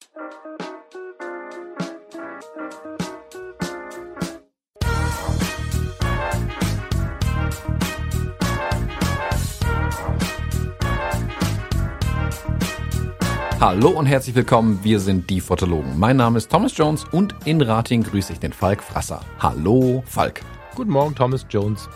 Hallo und herzlich willkommen, wir sind die Fotologen. Mein Name ist Thomas Jones und in Rating grüße ich den Falk Frasser. Hallo Falk. Guten Morgen, Thomas Jones.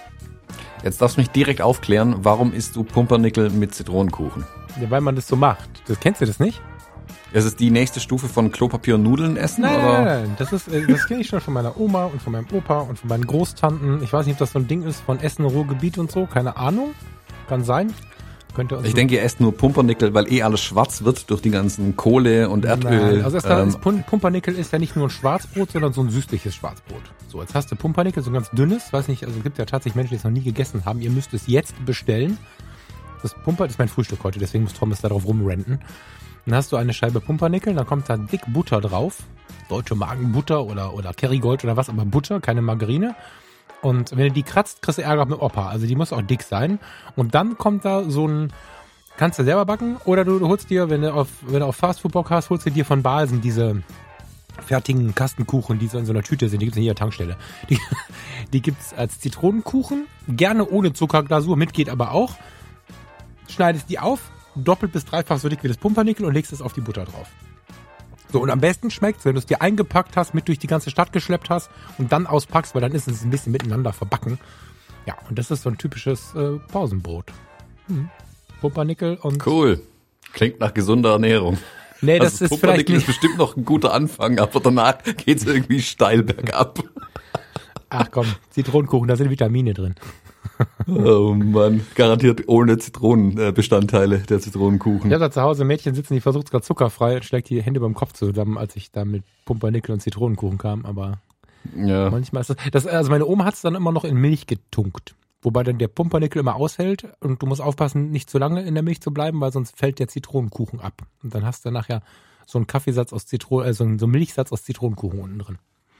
Jetzt darfst du mich direkt aufklären, warum isst du Pumpernickel mit Zitronenkuchen? Ja, weil man das so macht. Kennst du das nicht? Ist es die nächste Stufe von Klopapier und Nudeln essen? Nein. Das kenne ich schon von meiner Oma und von meinem Opa und von meinen Großtanten. Ich weiß nicht, ob das so ein Ding ist von Essen, Ruhrgebiet und so. Keine Ahnung. Kann sein. Ich denke, ihr esst nur Pumpernickel, weil alles schwarz wird durch die ganzen Kohle und Erdöl. Nein, also Pumpernickel ist ja nicht nur ein Schwarzbrot, sondern so ein süßliches Schwarzbrot. So, jetzt hast du Pumpernickel, so ein ganz dünnes, weiß nicht, also es gibt ja tatsächlich Menschen, die es noch nie gegessen haben. Ihr müsst es jetzt bestellen. Das ist mein Frühstück heute, deswegen muss Thomas da drauf rumrenten. Dann hast du eine Scheibe Pumpernickel, dann kommt da dick Butter drauf. Deutsche Magenbutter oder Kerrygold oder was, aber Butter, keine Margarine. Und wenn du die kratzt, kriegst du Ärger mit Opa. Also die muss auch dick sein. Und dann kommt da so ein, kannst du selber backen oder du holst dir, wenn du auf Fastfood Bock hast, holst du dir von Balsen diese fertigen Kastenkuchen, die so in so einer Tüte sind. Die gibt's in jeder Tankstelle. Die gibt's als Zitronenkuchen, gerne ohne Zuckerglasur, mit geht aber auch. Schneidest die auf, doppelt bis dreifach so dick wie das Pumpernickel und legst es auf die Butter drauf. So, und am besten schmeckt's, wenn du es dir eingepackt hast, mit durch die ganze Stadt geschleppt hast und dann auspackst, weil dann ist es ein bisschen miteinander verbacken. Ja, und das ist so ein typisches Pausenbrot. Pumpernickel und... Cool. Klingt nach gesunder Ernährung. Nee, das ist vielleicht nicht... ist bestimmt noch ein guter Anfang, aber danach geht's irgendwie steil bergab. Ach komm, Zitronenkuchen, da sind Vitamine drin. Oh Mann, garantiert ohne Zitronenbestandteile der Zitronenkuchen. Ich habe da zu Hause ein Mädchen sitzen, die versucht gerade zuckerfrei und schlägt die Hände beim Kopf zusammen, als ich da mit Pumpernickel und Zitronenkuchen kam, aber ja. Manchmal ist das also meine Oma hat es dann immer noch in Milch getunkt, wobei dann der Pumpernickel immer aushält und du musst aufpassen, nicht zu lange in der Milch zu bleiben, weil sonst fällt der Zitronenkuchen ab und dann hast du nachher so einen Kaffeesatz aus Zitronen, so einen Milchsatz aus Zitronenkuchen unten drin.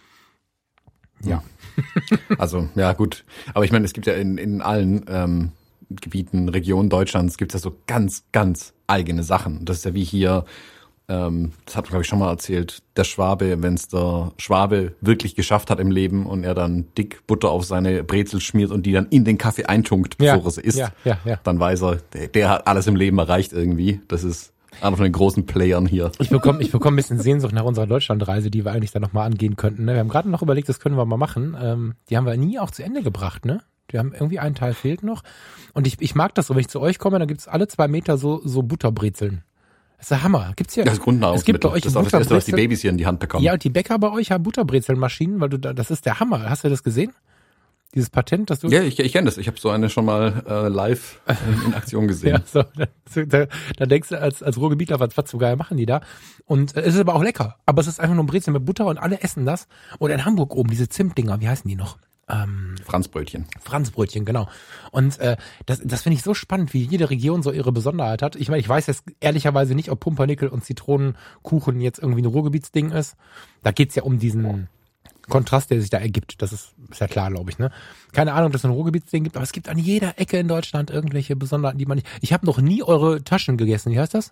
Ja. Also, ja gut. Aber ich meine, es gibt ja in allen Gebieten, Regionen Deutschlands gibt es ja so ganz, ganz eigene Sachen. Das ist ja wie hier, das hat man, glaube ich, schon mal erzählt, der Schwabe, wenn es der Schwabe wirklich geschafft hat im Leben und er dann dick Butter auf seine Brezel schmiert und die dann in den Kaffee eintunkt, bevor er sie isst, dann weiß er, der hat alles im Leben erreicht irgendwie. Das ist einer von den großen Playern hier. Ich bekomme ein bisschen Sehnsucht nach unserer Deutschlandreise, die wir eigentlich dann nochmal angehen könnten. Ne? Wir haben gerade noch überlegt, das können wir mal machen. Die haben wir nie auch zu Ende gebracht, ne? Wir haben irgendwie einen Teil fehlt noch. Und ich mag das so, wenn ich zu euch komme, dann gibt's alle 2 Meter so Butterbrezeln. Das ist der Hammer. Gibt's hier? Das ist Grundnahrungsmittel. Es gibt bei euch das ist auch das Erste, was die Babys hier in die Hand bekommen. Ja, und die Bäcker bei euch haben Butterbrezelmaschinen, weil das ist der Hammer. Hast du das gesehen? Dieses Patent, das du... Ja, ich kenne das. Ich habe so eine schon mal live in Aktion gesehen. Ja, so, da denkst du als Ruhrgebietler, was so geil machen die da? Und es ist aber auch lecker. Aber es ist einfach nur ein Brezel mit Butter und alle essen das. Oder in Hamburg oben, diese Zimtdinger, wie heißen die noch? Franzbrötchen. Franzbrötchen, genau. Und das finde ich so spannend, wie jede Region so ihre Besonderheit hat. Ich meine, ich weiß jetzt ehrlicherweise nicht, ob Pumpernickel und Zitronenkuchen jetzt irgendwie ein Ruhrgebietsding ist. Da geht's ja um diesen Kontrast, der sich da ergibt. Das ist ja klar, glaube ich, ne? Keine Ahnung, ob es ein Ruhrgebietsding gibt, aber es gibt an jeder Ecke in Deutschland irgendwelche Besonderheiten, die man nicht... Ich habe noch nie eure Taschen gegessen. Wie heißt das?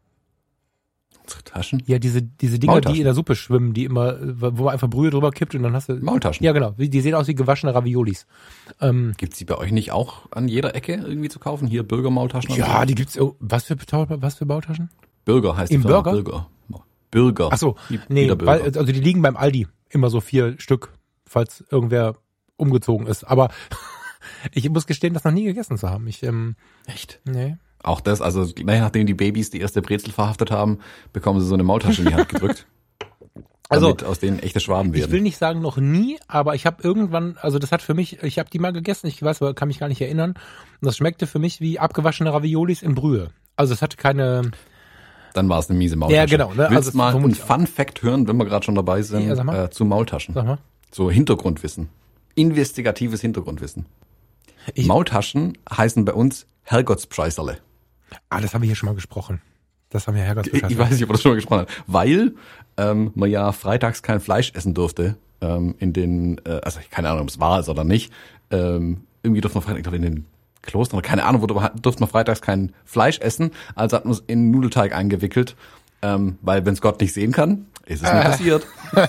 Unsere Taschen? Ja, diese Dinger, die in der Suppe schwimmen, die immer, wo man einfach Brühe drüber kippt und dann hast du... Maultaschen? Ja, genau. Die sehen aus wie gewaschene Raviolis. Gibt's die bei euch nicht auch an jeder Ecke irgendwie zu kaufen? Hier Bürgermaultaschen? Ja, die gibt's... Was für Maultaschen? Bürger heißt Im die Burger? Bürger. Ach so, nee, also die liegen beim Aldi. Immer so 4 Stück, falls irgendwer umgezogen ist. Aber ich muss gestehen, das noch nie gegessen zu haben. Echt? Nee. Auch das, also nachdem die Babys die erste Brezel verhaftet haben, bekommen sie so eine Maultasche in die Hand gedrückt. Damit aus denen echte Schwaben werden. Ich will nicht sagen noch nie, aber ich habe irgendwann, also das hat für mich, ich habe die mal gegessen, ich weiß, aber kann mich gar nicht erinnern. Und das schmeckte für mich wie abgewaschene Raviolis in Brühe. Also es hatte keine... Dann war es eine miese Maultasche. Ja, genau. Ne? Willst du mal einen Fun-Fact hören, wenn wir gerade schon dabei sind, zu Maultaschen? Sag mal. So Hintergrundwissen. Investigatives Hintergrundwissen. Maultaschen heißen bei uns Herrgottspreiserle. Das haben wir hier schon mal gesprochen. Das haben wir Herrgottspreiserle. Ich weiß nicht, ob wir das schon mal gesprochen haben. Weil man ja freitags kein Fleisch essen durfte. In den, also keine Ahnung, ob es wahr ist oder nicht. Irgendwie durfte man Freitag, ich glaube in den Klostern oder keine Ahnung, wo durfte man freitags kein Fleisch essen. Also hat man es in Nudelteig eingewickelt weil wenn es Gott nicht sehen kann, ist es nie passiert.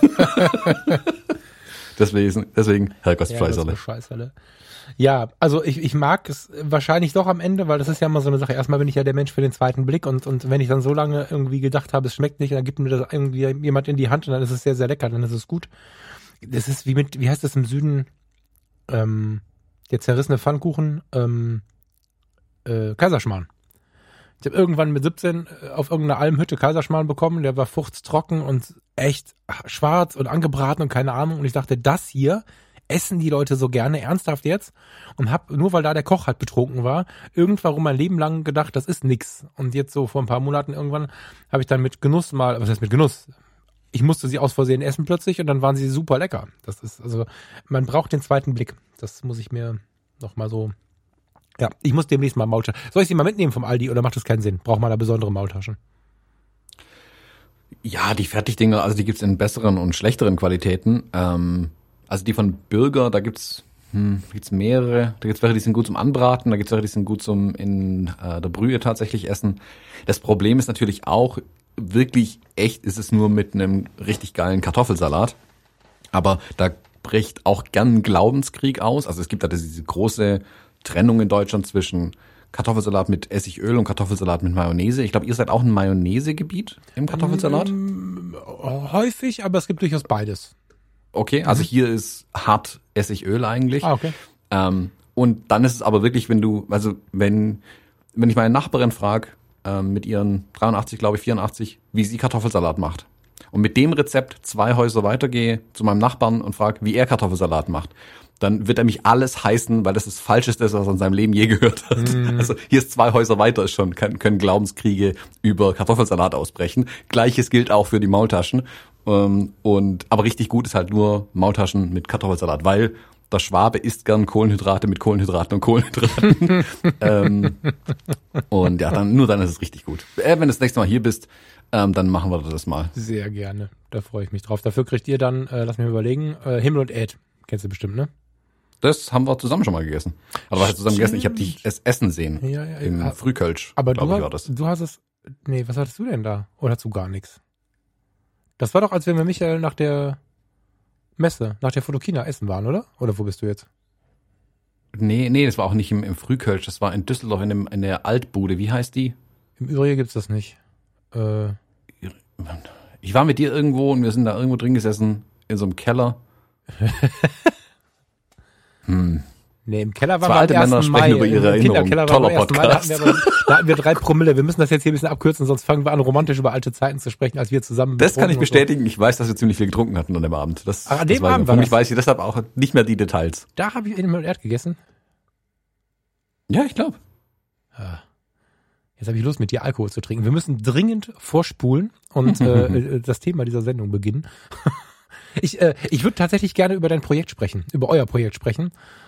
deswegen Herrgottsfleißerle. Ja, also ich mag es wahrscheinlich doch am Ende, weil das ist ja immer so eine Sache. Erstmal bin ich ja der Mensch für den zweiten Blick und wenn ich dann so lange irgendwie gedacht habe, es schmeckt nicht, dann gibt mir das irgendwie jemand in die Hand und dann ist es sehr, sehr lecker, dann ist es gut. Das ist wie heißt das im Süden, der zerrissene Pfannkuchen, Kaiserschmarrn. Ich habe irgendwann mit 17 auf irgendeiner Almhütte Kaiserschmarrn bekommen, der war fuchtstrocken und echt schwarz und angebraten und keine Ahnung. Und ich dachte, das hier essen die Leute so gerne, ernsthaft jetzt? Und hab, nur weil da der Koch halt betrunken war, irgendwann mein Leben lang gedacht, das ist nix. Und jetzt so vor ein paar Monaten irgendwann habe ich dann mit Genuss was heißt mit Genuss? Ich musste sie aus Versehen essen plötzlich und dann waren sie super lecker. Das ist, also, man braucht den zweiten Blick. Das muss ich mir nochmal so. Ja, ich muss demnächst mal Maultaschen. Soll ich sie mal mitnehmen vom Aldi oder macht das keinen Sinn? Braucht man da besondere Maultaschen? Ja, die Fertigdinger, also die gibt's in besseren und schlechteren Qualitäten. Also die von Bürger, da gibt's mehrere. Da gibt's welche, die sind gut zum Anbraten, da gibt's welche, die sind gut zum in der Brühe tatsächlich essen. Das Problem ist natürlich auch, wirklich echt ist es nur mit einem richtig geilen Kartoffelsalat. Aber da bricht auch gern ein Glaubenskrieg aus. Also es gibt da diese große Trennung in Deutschland zwischen Kartoffelsalat mit Essigöl und Kartoffelsalat mit Mayonnaise. Ich glaube, ihr seid auch ein Mayonnaise-Gebiet im Kartoffelsalat? Häufig, aber es gibt durchaus beides. Okay, also hier ist hart Essigöl eigentlich. Ah, okay. Und dann ist es aber wirklich, wenn ich meine Nachbarin frage, mit ihren 83, glaube ich, 84, wie sie Kartoffelsalat macht. Und mit dem Rezept 2 Häuser weitergehe zu meinem Nachbarn und frage, wie er Kartoffelsalat macht, dann wird er mich alles heißen, weil das das Falscheste ist, was er in seinem Leben je gehört hat. Also hier ist 2 Häuser weiter, ist schon, können Glaubenskriege über Kartoffelsalat ausbrechen. Gleiches gilt auch für die Maultaschen. Aber richtig gut ist halt nur Maultaschen mit Kartoffelsalat, weil der Schwabe isst gern Kohlenhydrate mit Kohlenhydraten und Kohlenhydraten. Und ja, dann ist es richtig gut. Wenn du das nächste Mal hier bist, dann machen wir das mal. Sehr gerne. Da freue ich mich drauf. Dafür kriegt ihr dann, lass mich mal überlegen, Himmel und Erd. Kennst du bestimmt, ne? Das haben wir zusammen schon mal gegessen. Aber wir haben zusammen gegessen. Ich habe dich es essen sehen. Ja, im Frühkölsch. Aber du hast es. Nee, was hattest du denn da? Oder hast du gar nichts? Das war doch, als wir mit Michael nach der Messe, nach der Fotokina essen waren, oder? Oder wo bist du jetzt? Nee, das war auch nicht im Frühkölsch. Das war in Düsseldorf in der Altbude. Wie heißt die? Im Übrigen gibt's das nicht. Ich war mit dir irgendwo und wir sind da irgendwo drin gesessen, in so einem Keller. Nee, im Keller waren wir alte Männer sprechen über ihre Erinnerungen. Toller Podcast. Da hatten wir 3 Promille. Wir müssen das jetzt hier ein bisschen abkürzen, sonst fangen wir an, romantisch über alte Zeiten zu sprechen, als wir zusammen. Das kann ich bestätigen. So. Ich weiß, dass wir ziemlich viel getrunken hatten an dem Abend. An dem Abend war das? Ich weiß ich deshalb auch nicht mehr die Details. Da habe ich Himmel und Erd gegessen. Ja, ich glaube. Jetzt habe ich Lust, mit dir Alkohol zu trinken. Wir müssen dringend vorspulen und das Thema dieser Sendung beginnen. Ich würde tatsächlich gerne über dein Projekt sprechen, über euer Projekt sprechen.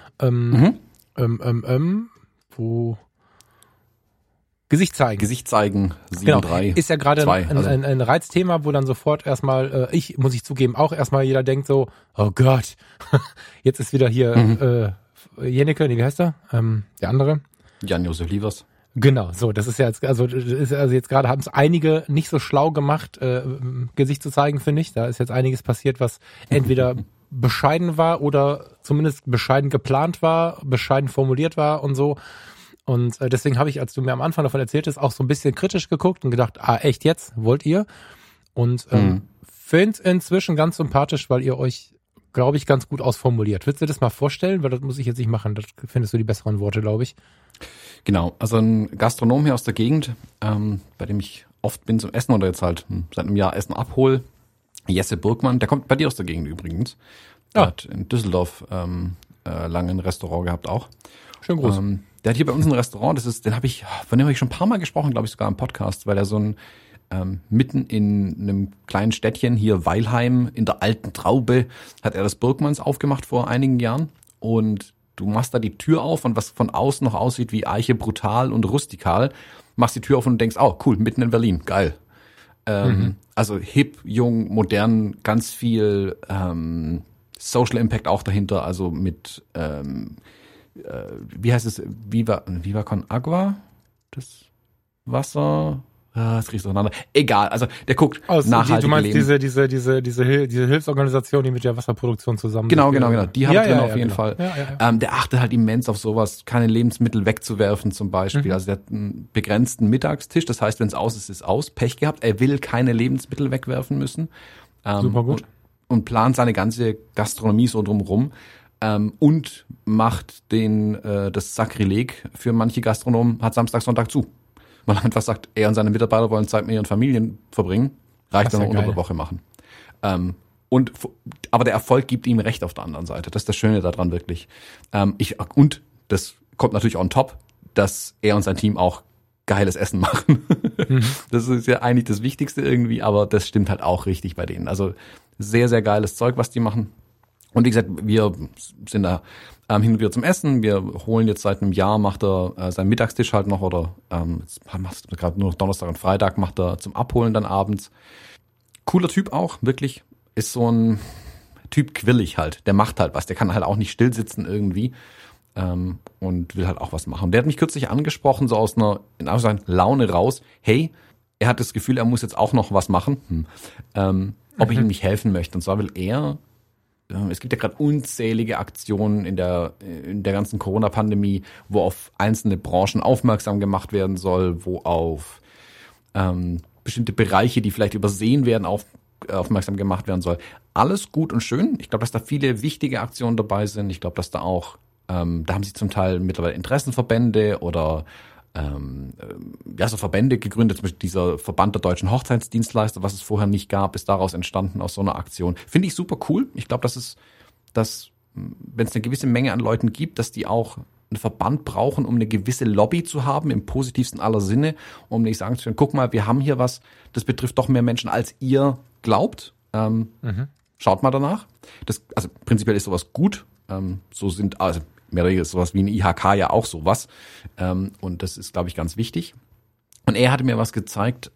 Wo Gesicht zeigen. Gesicht zeigen, 7-3. Genau. Ist ja gerade ein Reizthema, wo dann sofort erstmal, muss ich zugeben, auch erstmal jeder denkt so, oh Gott, jetzt ist wieder hier Jennecke, nee, wie heißt er? Der andere? Jan-Josef Liefers. Genau, so, das ist ja jetzt, also jetzt gerade haben es einige nicht so schlau gemacht, Gesicht zu zeigen, finde ich. Da ist jetzt einiges passiert, was entweder bescheiden war oder zumindest bescheiden geplant war, bescheiden formuliert war und so. Und deswegen habe ich, als du mir am Anfang davon erzähltest, auch so ein bisschen kritisch geguckt und gedacht, echt jetzt? Wollt ihr? Und finde es inzwischen ganz sympathisch, weil ihr euch, glaube ich, ganz gut ausformuliert. Willst du das mal vorstellen? Weil das muss ich jetzt nicht machen. Das findest du die besseren Worte, glaube ich. Genau, also ein Gastronom hier aus der Gegend, bei dem ich oft bin zum Essen oder jetzt halt seit einem Jahr Essen abhole, Jesse Burgmann, der kommt bei dir aus der Gegend übrigens. Der hat in Düsseldorf lange ein Restaurant gehabt auch. Schön groß. Der hat hier bei uns ein Restaurant, von dem habe ich schon ein paar Mal gesprochen, glaube ich sogar im Podcast, weil er so ein mitten in einem kleinen Städtchen hier, Weilheim, in der Alten Traube, hat er das Burgmanns aufgemacht vor einigen Jahren und du machst da die Tür auf und was von außen noch aussieht wie Eiche brutal und rustikal, machst die Tür auf und denkst, cool, mitten in Berlin, geil. Also hip, jung, modern, ganz viel Social Impact auch dahinter, also mit, wie heißt es, Viva con Agua, das Wasser, Das riecht durcheinander. Egal, also der guckt nachhaltig. Du meinst Leben. diese Hilfsorganisation, die mit der Wasserproduktion zusammen. Genau. Die hat drin auf jeden Fall. Ja. Der achtet halt immens auf sowas, keine Lebensmittel wegzuwerfen zum Beispiel. Also der hat einen begrenzten Mittagstisch, das heißt, wenn es aus ist, ist aus. Pech gehabt. Er will keine Lebensmittel wegwerfen müssen. Super gut. Und plant seine ganze Gastronomie so drumherum. Und macht das Sakrileg für manche Gastronomen, hat Samstag, Sonntag zu. Weil er einfach sagt, er und seine Mitarbeiter wollen Zeit mit ihren Familien verbringen, reicht dann unter der Woche machen. Aber der Erfolg gibt ihm recht auf der anderen Seite. Das ist das Schöne daran wirklich. Und das kommt natürlich on top, dass er und sein Team auch geiles Essen machen. Das ist ja eigentlich das Wichtigste irgendwie, aber das stimmt halt auch richtig bei denen. Also sehr, sehr geiles Zeug, was die machen. Und wie gesagt, wir sind da hin und wieder zum Essen. Wir holen jetzt seit einem Jahr, macht er seinen Mittagstisch halt noch oder jetzt macht er gerade nur noch Donnerstag und Freitag, macht er zum Abholen dann abends. Cooler Typ auch, wirklich. Ist so ein Typ quirlig halt. Der macht halt was. Der kann halt auch nicht still sitzen irgendwie und will halt auch was machen. Der hat mich kürzlich angesprochen, so aus einer, in Anführungszeichen, Laune raus. Hey, er hat das Gefühl, er muss jetzt auch noch was machen. Ob ich ihm nicht helfen möchte. Und zwar will er, es gibt ja gerade unzählige Aktionen in der ganzen Corona-Pandemie, wo auf einzelne Branchen aufmerksam gemacht werden soll, wo auf bestimmte Bereiche, die vielleicht übersehen werden, aufmerksam gemacht werden soll. Alles gut und schön. Ich glaube, dass da viele wichtige Aktionen dabei sind. Ich glaube, dass da auch, da haben sich zum Teil mittlerweile Interessenverbände oder so Verbände gegründet, zum Beispiel dieser Verband der deutschen Hochzeitsdienstleister, was es vorher nicht gab, ist daraus entstanden aus so einer Aktion. Finde ich super cool. Ich glaube, dass wenn es eine gewisse Menge an Leuten gibt, dass die auch einen Verband brauchen, um eine gewisse Lobby zu haben, im positivsten aller Sinne, um nicht sagen zu können, guck mal, wir haben hier was, das betrifft doch mehr Menschen, als ihr glaubt. Schaut mal danach. Also prinzipiell ist sowas gut. Mehr oder weniger ist sowas wie ein IHK ja auch sowas. Und das ist, glaube ich, ganz wichtig. Und er hatte mir was gezeigt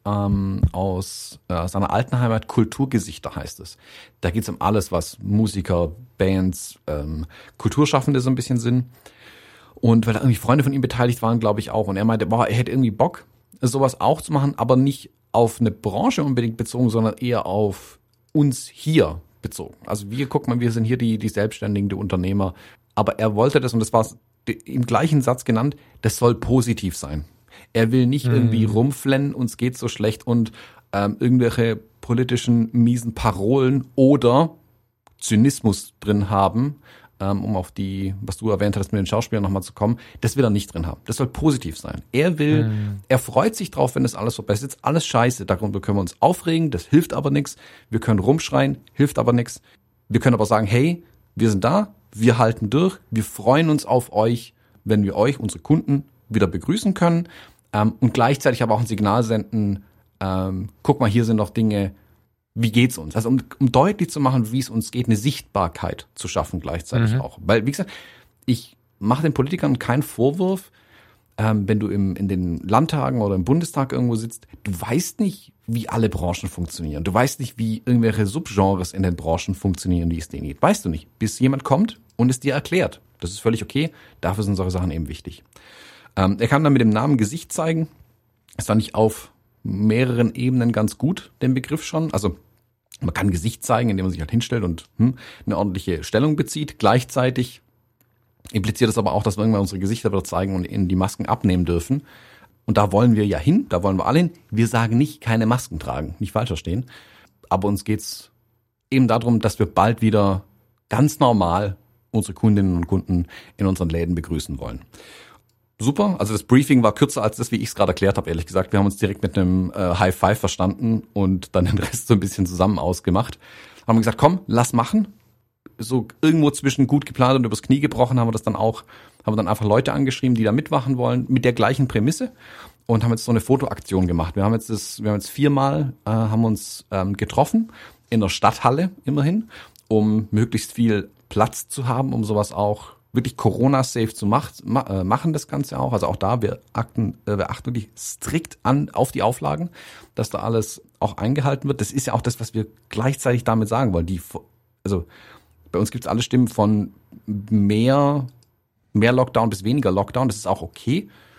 aus seiner alten Heimat, Kulturgesichter heißt es. Da geht es um alles, was Musiker, Bands, Kulturschaffende so ein bisschen sind. Und weil da irgendwie Freunde von ihm beteiligt waren, glaube ich auch. Und er meinte, er hätte irgendwie Bock, sowas auch zu machen, aber nicht auf eine Branche unbedingt bezogen, sondern eher auf uns hier bezogen. Also guck mal, wir sind hier die Selbstständigen, die Unternehmer. Aber er wollte das, und das war im gleichen Satz genannt, das soll positiv sein. Er will nicht irgendwie rumflennen, uns geht's so schlecht und irgendwelche politischen miesen Parolen oder Zynismus drin haben, um auf die, was du erwähnt hast, mit den Schauspielern nochmal zu kommen. Das will er nicht drin haben. Das soll positiv sein. Er freut sich drauf, wenn das alles vorbei ist. Jetzt alles scheiße, darüber können wir uns aufregen, das hilft aber nichts. Wir können rumschreien, hilft aber nichts. Wir können aber sagen, hey, wir sind da, wir halten durch, wir freuen uns auf euch, wenn wir euch, unsere Kunden, wieder begrüßen können und gleichzeitig aber auch ein Signal senden, guck mal, hier sind noch Dinge, wie geht's uns? Also um deutlich zu machen, wie es uns geht, eine Sichtbarkeit zu schaffen gleichzeitig auch. Weil, wie gesagt, ich mache den Politikern keinen Vorwurf, wenn du in den Landtagen oder im Bundestag irgendwo sitzt, du weißt nicht, wie alle Branchen funktionieren. Du weißt nicht, wie irgendwelche Subgenres in den Branchen funktionieren, die es denen geht. Weißt du nicht, bis jemand kommt und es dir erklärt. Das ist völlig okay. Dafür sind solche Sachen eben wichtig. Er kann dann mit dem Namen Gesicht zeigen. Ist dann nicht auf mehreren Ebenen ganz gut, den Begriff schon. Also man kann Gesicht zeigen, indem man sich halt hinstellt und eine ordentliche Stellung bezieht. Gleichzeitig impliziert es aber auch, dass wir irgendwann unsere Gesichter wieder zeigen und ihnen die Masken abnehmen dürfen. Und da wollen wir ja hin, da wollen wir alle hin. Wir sagen nicht, keine Masken tragen, nicht falsch verstehen. Aber uns geht's eben darum, dass wir bald wieder ganz normal unsere Kundinnen und Kunden in unseren Läden begrüßen wollen. Super, also das Briefing war kürzer als das, wie ich es gerade erklärt habe, ehrlich gesagt. Wir haben uns direkt mit einem High Five verstanden und dann den Rest so ein bisschen zusammen ausgemacht. Haben gesagt, komm, lass machen. So irgendwo zwischen gut geplant und übers Knie gebrochen haben wir dann einfach Leute angeschrieben, die da mitmachen wollen, mit der gleichen Prämisse und haben jetzt so eine Fotoaktion gemacht. Wir haben jetzt 4-mal haben uns getroffen in der Stadthalle immerhin, um möglichst viel Platz zu haben, um sowas auch wirklich Corona-safe zu machen, das Ganze auch. Also auch da, wir achten wirklich strikt auf die Auflagen, dass da alles auch eingehalten wird. Das ist ja auch das, was wir gleichzeitig damit sagen wollen. Also bei uns gibt es alle Stimmen von mehr Lockdown bis weniger Lockdown. Das ist auch okay.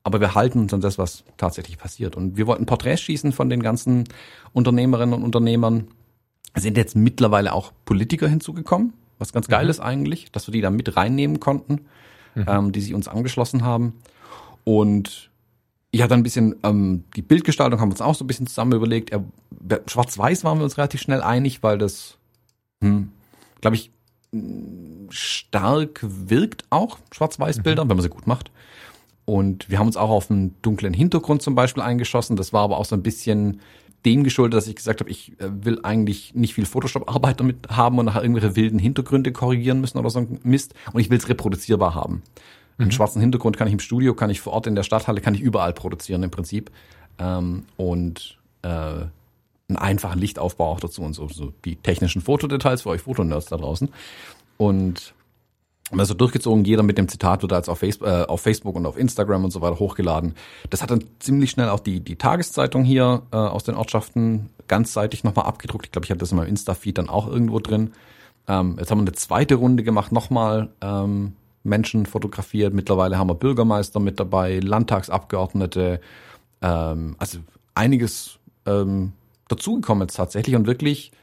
aber wir halten uns an das, was tatsächlich passiert. Und wir wollten Porträts schießen von den ganzen Unternehmerinnen und Unternehmern. Es sind jetzt mittlerweile auch Politiker hinzugekommen, was ganz geil ist eigentlich, dass wir die da mit reinnehmen konnten, die sich uns angeschlossen haben. Und ich hatte ein bisschen die Bildgestaltung, haben wir uns auch so ein bisschen zusammen überlegt. Schwarz-Weiß waren wir uns relativ schnell einig, weil das, glaube ich, stark wirkt auch, Schwarz-Weiß-Bilder, wenn man sie gut macht. Und wir haben uns auch auf einen dunklen Hintergrund zum Beispiel eingeschossen. Das war aber auch so ein bisschen dem geschuldet, dass ich gesagt habe, ich will eigentlich nicht viel Photoshop-Arbeit damit haben und nachher irgendwelche wilden Hintergründe korrigieren müssen oder so ein Mist. Und ich will es reproduzierbar haben. Einen schwarzen Hintergrund kann ich im Studio, kann ich vor Ort in der Stadthalle, kann ich überall produzieren im Prinzip. Und einen einfachen Lichtaufbau auch dazu und so die technischen Fotodetails für euch Fotonerds da draußen. Und haben wir so durchgezogen, jeder mit dem Zitat wird da jetzt auf Facebook und auf Instagram und so weiter hochgeladen. Das hat dann ziemlich schnell auch die Tageszeitung hier aus den Ortschaften ganzseitig nochmal abgedruckt. Ich glaube, ich hatte das in meinem Insta-Feed dann auch irgendwo drin. Jetzt haben wir eine zweite Runde gemacht, nochmal Menschen fotografiert. Mittlerweile haben wir Bürgermeister mit dabei, Landtagsabgeordnete, also einiges dazugekommen jetzt tatsächlich und wirklich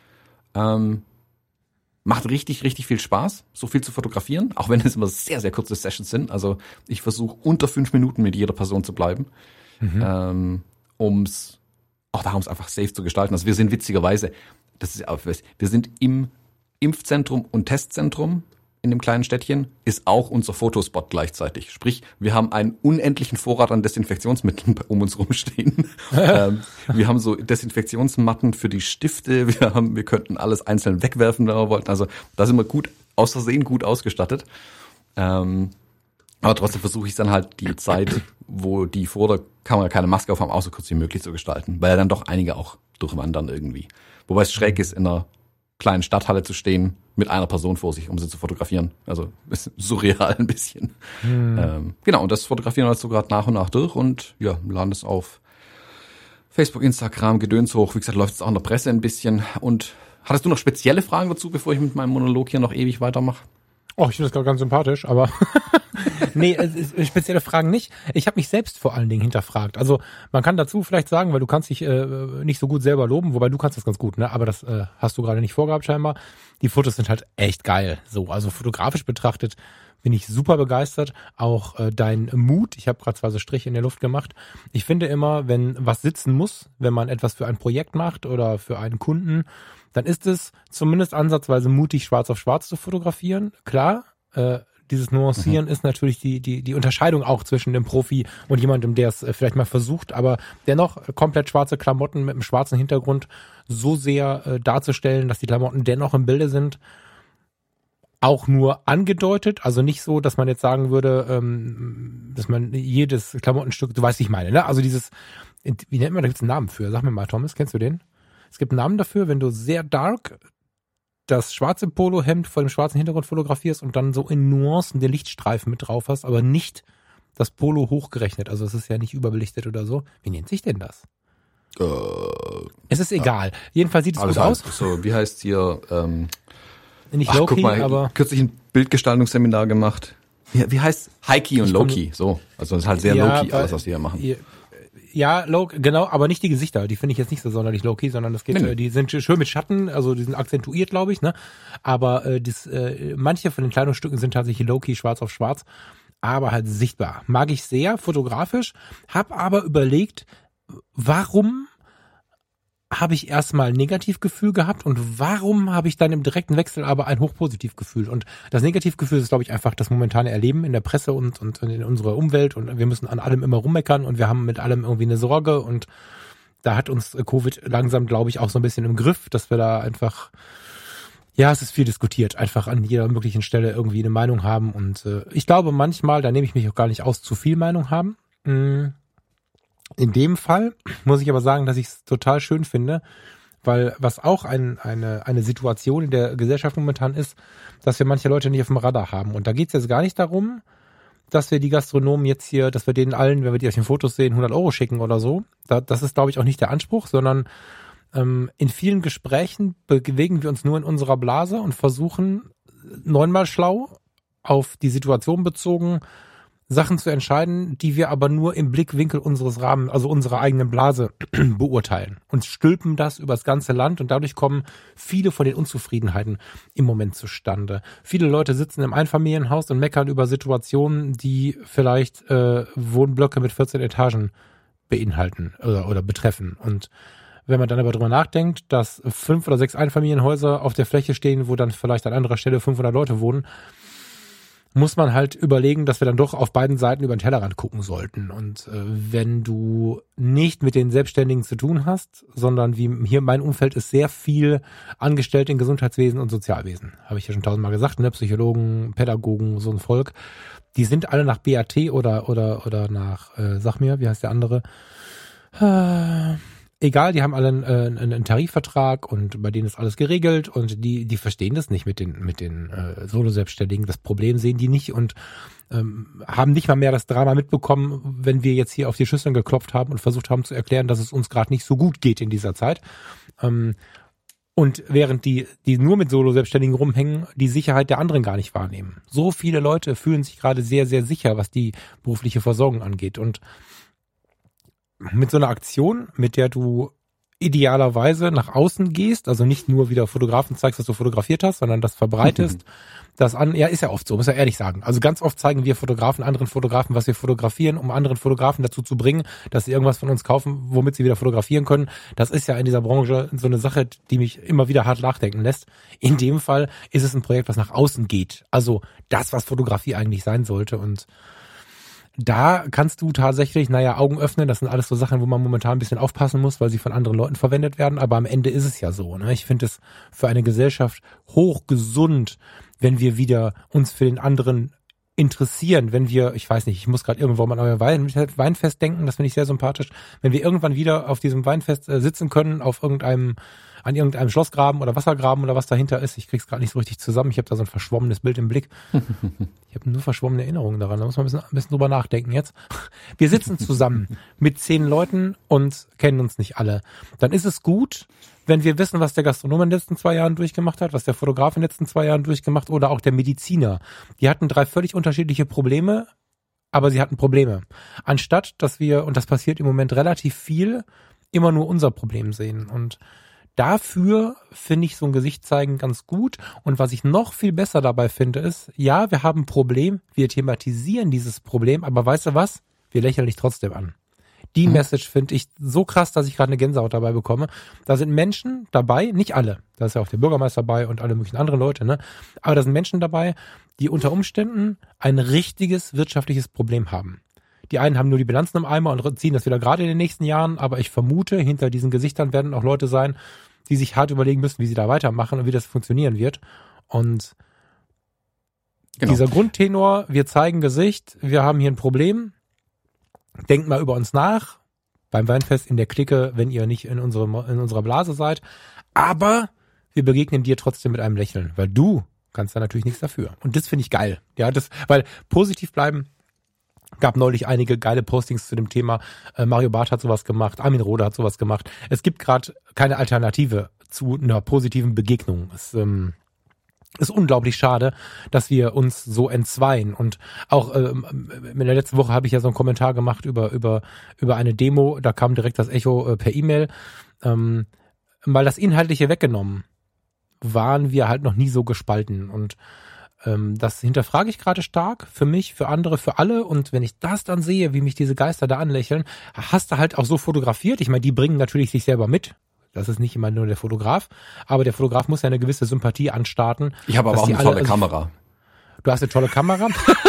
macht richtig, richtig viel Spaß, so viel zu fotografieren, auch wenn es immer sehr, sehr kurze Sessions sind. Also ich versuche unter 5 Minuten mit jeder Person zu bleiben, um es einfach safe zu gestalten. Also wir sind witzigerweise, wir sind im Impfzentrum und Testzentrum in dem kleinen Städtchen, ist auch unser Fotospot gleichzeitig. Sprich, wir haben einen unendlichen Vorrat an Desinfektionsmitteln um uns rumstehen. Wir haben so Desinfektionsmatten für die Stifte. Wir könnten alles einzeln wegwerfen, wenn wir wollten. Also da sind wir aus Versehen gut ausgestattet. Aber trotzdem versuche ich dann halt die Zeit, wo die vor der Kamera keine Maske auf haben, auch so kurz wie möglich zu gestalten. Weil ja dann doch einige auch durchwandern irgendwie. Wobei es schräg ist, in einer kleinen Stadthalle zu stehen mit einer Person vor sich, um sie zu fotografieren. Also ist surreal ein bisschen. Genau, und das fotografieren wir jetzt so gerade nach und nach durch und ja, laden es auf Facebook, Instagram, Gedöns hoch. Wie gesagt, läuft es auch in der Presse ein bisschen. Und hattest du noch spezielle Fragen dazu, bevor ich mit meinem Monolog hier noch ewig weitermache? Oh, ich finde das gerade ganz sympathisch, aber nee, spezielle Fragen nicht. Ich habe mich selbst vor allen Dingen hinterfragt. Also man kann dazu vielleicht sagen, weil du kannst dich nicht so gut selber loben, wobei du kannst das ganz gut, ne? Aber das hast du gerade nicht vorgehabt scheinbar. Die Fotos sind halt echt geil. So, also fotografisch betrachtet bin ich super begeistert. Auch dein Mut, ich habe gerade 2 so Striche in der Luft gemacht. Ich finde immer, wenn was sitzen muss, wenn man etwas für ein Projekt macht oder für einen Kunden, dann ist es zumindest ansatzweise mutig, schwarz auf schwarz zu fotografieren. Klar, dieses Nuancieren ist natürlich die Unterscheidung auch zwischen dem Profi und jemandem, der es vielleicht mal versucht, aber dennoch komplett schwarze Klamotten mit einem schwarzen Hintergrund so sehr darzustellen, dass die Klamotten dennoch im Bilde sind, auch nur angedeutet, also nicht so, dass man jetzt sagen würde, dass man jedes Klamottenstück, du weißt, wie ich meine, ne? Also dieses, wie nennt man, da gibt's einen Namen für, sag mir mal, Thomas, kennst du den? Es gibt einen Namen dafür, wenn du sehr dark das schwarze Polohemd vor dem schwarzen Hintergrund fotografierst und dann so in Nuancen den Lichtstreifen mit drauf hast, aber nicht das Polo hochgerechnet. Also es ist ja nicht überbelichtet oder so. Wie nennt sich denn das? Es ist egal. Jedenfalls sieht es gut aus. So, wie heißt hier? Nicht Low-Key, guck mal, aber kürzlich ein Bildgestaltungsseminar gemacht. Wie heißt High-Key und Low-Key? So, also das ist halt sehr Low-Key alles, was die hier machen. Ja, genau, aber nicht die Gesichter. Die finde ich jetzt nicht so sonderlich low-key, sondern das geht, die sind schön mit Schatten, also die sind akzentuiert, glaube ich, ne? Aber manche von den Kleidungsstücken sind tatsächlich low-key, schwarz auf schwarz, aber halt sichtbar. Mag ich sehr, fotografisch, hab aber überlegt, warum habe ich erstmal ein Negativgefühl gehabt und warum habe ich dann im direkten Wechsel aber ein Hochpositivgefühl? Und das Negativgefühl ist, glaube ich, einfach das momentane Erleben in der Presse und in unserer Umwelt und wir müssen an allem immer rummeckern und wir haben mit allem irgendwie eine Sorge und da hat uns Covid langsam, glaube ich, auch so ein bisschen im Griff, dass wir da einfach, ja, es ist viel diskutiert, einfach an jeder möglichen Stelle irgendwie eine Meinung haben und ich glaube manchmal, da nehme ich mich auch gar nicht aus, zu viel Meinung haben. In dem Fall muss ich aber sagen, dass ich es total schön finde, weil was auch eine Situation in der Gesellschaft momentan ist, dass wir manche Leute nicht auf dem Radar haben. Und da geht es jetzt gar nicht darum, dass wir die Gastronomen jetzt hier, dass wir denen allen, wenn wir die auf den Fotos sehen, 100 € schicken oder so. Das ist, glaube ich, auch nicht der Anspruch, sondern in vielen Gesprächen bewegen wir uns nur in unserer Blase und versuchen 9-mal schlau auf die Situation bezogen, Sachen zu entscheiden, die wir aber nur im Blickwinkel unseres Rahmens, also unserer eigenen Blase beurteilen und stülpen das übers ganze Land und dadurch kommen viele von den Unzufriedenheiten im Moment zustande. Viele Leute sitzen im Einfamilienhaus und meckern über Situationen, die vielleicht Wohnblöcke mit 14 Etagen beinhalten oder betreffen. Und wenn man dann aber drüber nachdenkt, dass 5 oder 6 Einfamilienhäuser auf der Fläche stehen, wo dann vielleicht an anderer Stelle 500 Leute wohnen, muss man halt überlegen, dass wir dann doch auf beiden Seiten über den Tellerrand gucken sollten. Und wenn du nicht mit den Selbstständigen zu tun hast, sondern wie hier mein Umfeld ist sehr viel Angestellte in Gesundheitswesen und Sozialwesen. Habe ich ja schon 1000-mal gesagt, ne? Psychologen, Pädagogen, so ein Volk. Die sind alle nach BAT oder nach, sag mir, wie heißt der andere? Egal, die haben alle einen Tarifvertrag und bei denen ist alles geregelt und die verstehen das nicht mit den Solo-Selbstständigen. Das Problem sehen die nicht und haben nicht mal mehr das Drama mitbekommen, wenn wir jetzt hier auf die Schüsseln geklopft haben und versucht haben zu erklären, dass es uns gerade nicht so gut geht in dieser Zeit. Und während die nur mit Solo-Selbstständigen rumhängen, die Sicherheit der anderen gar nicht wahrnehmen. So viele Leute fühlen sich gerade sehr, sehr sicher, was die berufliche Versorgung angeht. Und mit so einer Aktion, mit der du idealerweise nach außen gehst, also nicht nur wieder Fotografen zeigst, was du fotografiert hast, sondern das verbreitest, das an, ja, ist ja oft so, muss ja ehrlich sagen. Also ganz oft zeigen wir Fotografen anderen Fotografen, was wir fotografieren, um anderen Fotografen dazu zu bringen, dass sie irgendwas von uns kaufen, womit sie wieder fotografieren können. Das ist ja in dieser Branche so eine Sache, die mich immer wieder hart nachdenken lässt. In dem Fall ist es ein Projekt, was nach außen geht. Also das, was Fotografie eigentlich sein sollte und da kannst du tatsächlich, Augen öffnen. Das sind alles so Sachen, wo man momentan ein bisschen aufpassen muss, weil sie von anderen Leuten verwendet werden. Aber am Ende ist es ja so. Ne? Ich finde es für eine Gesellschaft hochgesund, wenn wir wieder uns für den anderen interessieren. Wenn wir, ich weiß nicht, ich muss gerade irgendwo an euer Weinfest denken. Das finde ich sehr sympathisch. Wenn wir irgendwann wieder auf diesem Weinfest sitzen können, an irgendeinem Schlossgraben oder Wassergraben oder was dahinter ist. Ich krieg's gerade nicht so richtig zusammen. Ich habe da so ein verschwommenes Bild im Blick. Ich habe nur verschwommene Erinnerungen daran. Da muss man ein bisschen drüber nachdenken jetzt. Wir sitzen zusammen mit 10 Leuten und kennen uns nicht alle. Dann ist es gut, wenn wir wissen, was der Gastronom in den letzten 2 Jahren durchgemacht hat, was der Fotograf in den letzten 2 Jahren durchgemacht oder auch der Mediziner. Die hatten 3 völlig unterschiedliche Probleme, aber sie hatten Probleme. Anstatt, dass wir, und das passiert im Moment relativ viel, immer nur unser Problem sehen. Und dafür finde ich so ein Gesicht zeigen ganz gut. Und was ich noch viel besser dabei finde, ist, ja, wir haben ein Problem, wir thematisieren dieses Problem, aber weißt du was? Wir lächeln dich trotzdem an. Die Message finde ich so krass, dass ich gerade eine Gänsehaut dabei bekomme. Da sind Menschen dabei, nicht alle, da ist ja auch der Bürgermeister dabei und alle möglichen anderen Leute, ne? Aber da sind Menschen dabei, die unter Umständen ein richtiges wirtschaftliches Problem haben. Die einen haben nur die Bilanzen im Eimer und ziehen das wieder gerade in den nächsten Jahren, aber ich vermute, hinter diesen Gesichtern werden auch Leute sein, die sich hart überlegen müssen, wie sie da weitermachen und wie das funktionieren wird. Und dieser Grundtenor, wir zeigen Gesicht, wir haben hier ein Problem, denkt mal über uns nach, beim Weinfest in der Clique, wenn ihr nicht in unserer Blase seid, aber wir begegnen dir trotzdem mit einem Lächeln, weil du kannst da natürlich nichts dafür. Und das finde ich geil. Ja, weil positiv bleiben, gab neulich einige geile Postings zu dem Thema. Mario Barth hat sowas gemacht, Armin Rohde hat sowas gemacht. Es gibt gerade keine Alternative zu einer positiven Begegnung. Es ist unglaublich schade, dass wir uns so entzweien. Und auch in der letzten Woche habe ich ja so einen Kommentar gemacht über eine Demo. Da kam direkt das Echo per E-Mail. Mal das Inhaltliche weggenommen, waren wir halt noch nie so gespalten. Und das hinterfrage ich gerade stark, für mich, für andere, für alle. Und wenn ich das dann sehe, wie mich diese Geister da anlächeln, hast du halt auch so fotografiert. Ich meine, die bringen natürlich sich selber mit. Das ist nicht immer nur der Fotograf. Aber der Fotograf muss ja eine gewisse Sympathie anstarten. Ich habe aber auch eine tolle Kamera. Du hast eine tolle Kamera.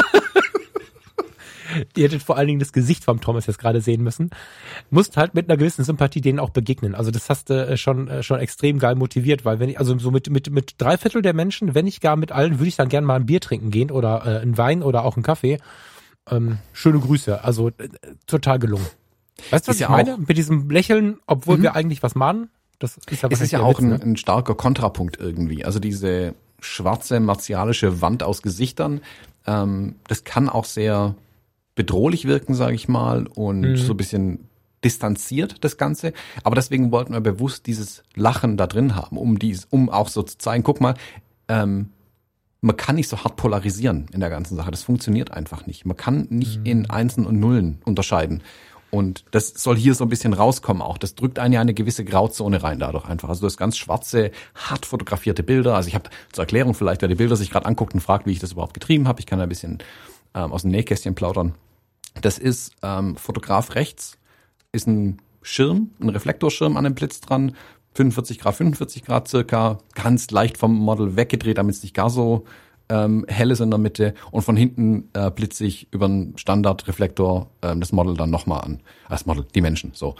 Ihr hättet vor allen Dingen das Gesicht vom Thomas jetzt gerade sehen müssen. Musst halt mit einer gewissen Sympathie denen auch begegnen. Also das hast du schon extrem geil motiviert, weil wenn ich, also so mit 3/4 der Menschen, wenn nicht gar mit allen, würde ich dann gerne mal ein Bier trinken gehen oder einen Wein oder auch einen Kaffee. Schöne Grüße. Also total gelungen. Weißt du, was ich meine? Mit diesem Lächeln, obwohl wir eigentlich was mahnen. Das ist ja, es ist ja auch ein starker Kontrapunkt irgendwie. Also diese schwarze martialische Wand aus Gesichtern, das kann auch sehr bedrohlich wirken, sage ich mal, und so ein bisschen distanziert das Ganze. Aber deswegen wollten wir bewusst dieses Lachen da drin haben, um auch so zu zeigen, guck mal, man kann nicht so hart polarisieren in der ganzen Sache. Das funktioniert einfach nicht. Man kann nicht in Einsen und Nullen unterscheiden. Und das soll hier so ein bisschen rauskommen auch. Das drückt einen ja eine gewisse Grauzone rein dadurch einfach. Also du hast ganz schwarze, hart fotografierte Bilder. Also ich habe zur Erklärung vielleicht, wer die Bilder sich gerade anguckt und fragt, wie ich das überhaupt getrieben habe. Ich kann da ein bisschen aus dem Nähkästchen plaudern. Das ist Fotograf rechts, ist ein Schirm, ein Reflektorschirm an dem Blitz dran, 45 Grad circa, ganz leicht vom Model weggedreht, damit es nicht gar so hell ist in der Mitte, und von hinten blitze ich über einen Standardreflektor das Model dann nochmal an. Das Model, die Menschen, so.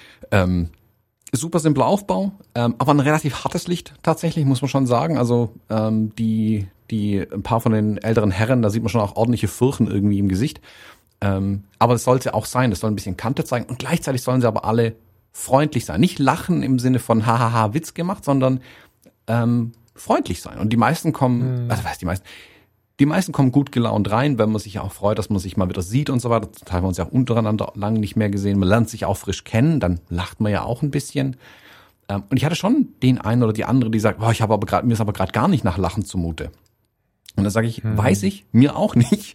Super simpler Aufbau, aber ein relativ hartes Licht tatsächlich, muss man schon sagen. Also die ein paar von den älteren Herren, da sieht man schon auch ordentliche Furchen irgendwie im Gesicht. Aber das sollte auch sein, das soll ein bisschen Kante zeigen, und gleichzeitig sollen sie aber alle freundlich sein. Nicht lachen im Sinne von hahaha, Witz gemacht, sondern freundlich sein. Und die meisten kommen, die meisten kommen gut gelaunt rein, wenn man sich ja auch freut, dass man sich mal wieder sieht und so weiter. Zum Teil haben wir uns ja auch untereinander lange nicht mehr gesehen. Man lernt sich auch frisch kennen, dann lacht man ja auch ein bisschen. Und ich hatte schon den einen oder die andere, die sagt, boah, mir ist aber gerade gar nicht nach Lachen zumute. Und dann sage ich, weiß ich, mir auch nicht.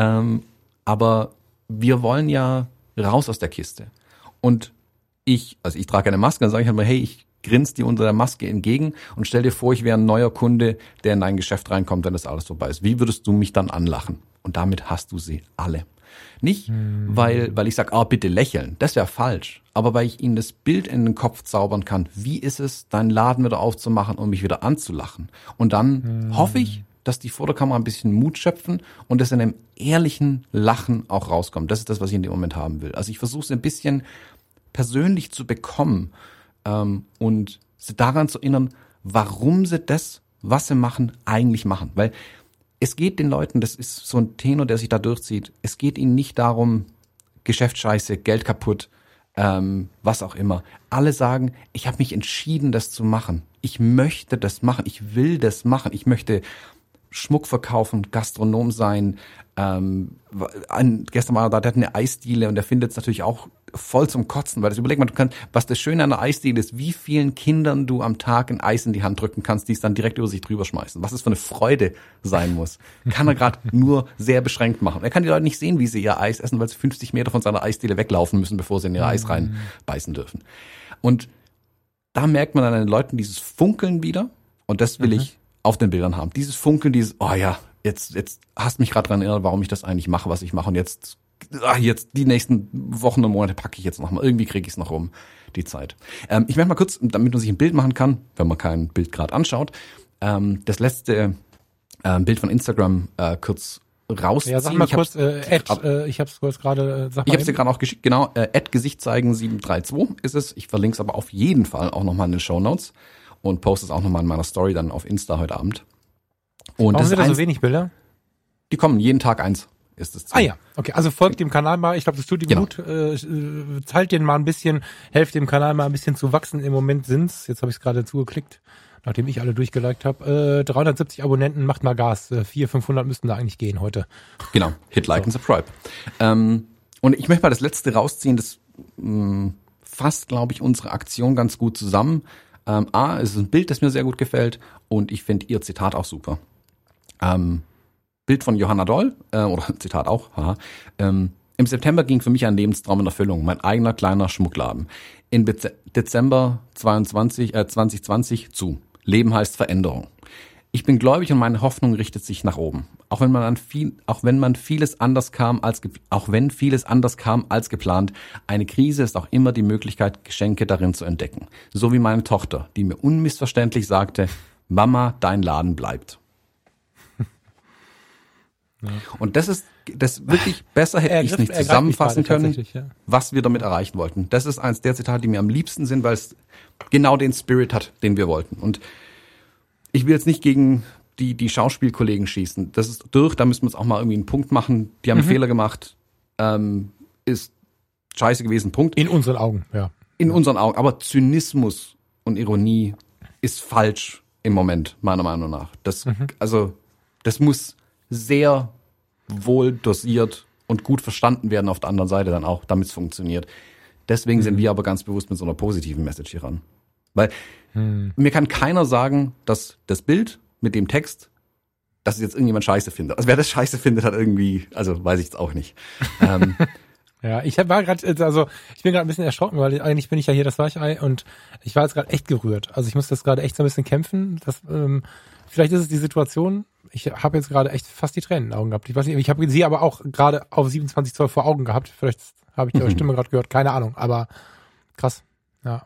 Aber wir wollen ja raus aus der Kiste. Und ich trage eine Maske, dann sage ich halt mal, hey, ich grinst dir unter der Maske entgegen und stell dir vor, ich wäre ein neuer Kunde, der in dein Geschäft reinkommt, wenn das alles vorbei ist. Wie würdest du mich dann anlachen? Und damit hast du sie alle. Nicht, weil ich sage, bitte lächeln. Das wäre falsch. Aber weil ich ihnen das Bild in den Kopf zaubern kann. Wie ist es, deinen Laden wieder aufzumachen und mich wieder anzulachen? Und dann hoffe ich, dass die Fotokamera ein bisschen Mut schöpfen und das in einem ehrlichen Lachen auch rauskommt. Das ist das, was ich in dem Moment haben will. Also ich versuche es ein bisschen persönlich zu bekommen, und sie daran zu erinnern, warum sie das, was sie machen, eigentlich machen. Weil es geht den Leuten, das ist so ein Tenor, der sich da durchzieht, es geht ihnen nicht darum, Geschäft scheiße, Geld kaputt, was auch immer. Alle sagen, ich habe mich entschieden, das zu machen. Ich möchte das machen, ich will das machen, ich möchte Schmuck verkaufen, Gastronom sein. Gestern war der hat eine Eisdiele und der findet es natürlich auch voll zum Kotzen, weil das überlegt man, was das Schöne an der Eisdiele ist, wie vielen Kindern du am Tag ein Eis in die Hand drücken kannst, die es dann direkt über sich drüber schmeißen. Was es für eine Freude sein muss. Kann er gerade nur sehr beschränkt machen. Er kann die Leute nicht sehen, wie sie ihr Eis essen, weil sie 50 Meter von seiner Eisdiele weglaufen müssen, bevor sie in ihr Eis reinbeißen dürfen. Und da merkt man an den Leuten dieses Funkeln wieder, und das will ich auf den Bildern haben. Dieses Funkeln, oh ja, jetzt hast mich gerade daran erinnert, warum ich das eigentlich mache, was ich mache, und jetzt die nächsten Wochen und Monate packe ich jetzt noch mal. Irgendwie kriege ich es noch rum, die Zeit. Ich möchte mal kurz, damit man sich ein Bild machen kann, wenn man kein Bild gerade anschaut, das letzte Bild von Instagram kurz rausziehen. Ja, sag mal kurz, ich habe es kurz gerade, ich habe es dir gerade auch geschickt, genau, @Gesichtzeigen732 ist es. Ich verlinke es aber auf jeden Fall auch nochmal in den Shownotes und poste es auch nochmal in meiner Story dann auf Insta heute Abend. Und warum sind da so wenig Bilder? Die kommen jeden Tag eins. Ist das Ziel. Ah ja, okay, also folgt dem Kanal mal, ich glaube, das tut ihm gut, teilt den mal ein bisschen, helft dem Kanal mal ein bisschen zu wachsen. Im Moment sind's, jetzt habe ich es gerade zugeklickt, nachdem ich alle durchgeliked habe, 370 Abonnenten, macht mal Gas, 400, 500 müssten da eigentlich gehen heute. Genau, hit, like und subscribe. Und ich möchte mal das letzte rausziehen, das fasst, glaube ich, unsere Aktion ganz gut zusammen. Es ist ein Bild, das mir sehr gut gefällt, und ich finde ihr Zitat auch super. Bild von Johanna Doll, oder Zitat auch, haha. Im September ging für mich ein Lebenstraum in Erfüllung, mein eigener kleiner Schmuckladen. In Dezember 2020 zu. Leben heißt Veränderung. Ich bin gläubig und meine Hoffnung richtet sich nach oben. Auch wenn vieles anders kam als geplant, eine Krise ist auch immer die Möglichkeit, Geschenke darin zu entdecken. So wie meine Tochter, die mir unmissverständlich sagte, Mama, dein Laden bleibt. Ja. Und das wirklich besser hätte ich es nicht zusammenfassen können, was wir damit erreichen wollten. Das ist eins der Zitate, die mir am liebsten sind, weil es genau den Spirit hat, den wir wollten. Und ich will jetzt nicht gegen die Schauspielkollegen schießen. Das ist durch, da müssen wir jetzt auch mal irgendwie einen Punkt machen. Die haben einen Fehler gemacht, ist scheiße gewesen, Punkt. In unseren Augen, ja. In unseren Augen. Aber Zynismus und Ironie ist falsch im Moment, meiner Meinung nach. Das muss sehr wohl dosiert und gut verstanden werden auf der anderen Seite dann auch, damit es funktioniert. Deswegen sind wir aber ganz bewusst mit so einer positiven Message hier ran. Weil mir kann keiner sagen, dass das Bild mit dem Text dass es jetzt irgendjemand scheiße findet. Also wer das scheiße findet, hat irgendwie, also weiß ich jetzt auch nicht. Ja, ich bin gerade ein bisschen erschrocken, weil eigentlich bin ich ja hier das Weichei und ich war jetzt gerade echt gerührt. Also ich muss das gerade echt so ein bisschen kämpfen. Vielleicht ist es die Situation, ich habe jetzt gerade echt fast die Tränen in den Augen gehabt. Ich weiß nicht, ich habe sie aber auch gerade auf 27 Zoll vor Augen gehabt. Vielleicht habe ich eure Stimme gerade gehört, keine Ahnung, aber krass. Ja.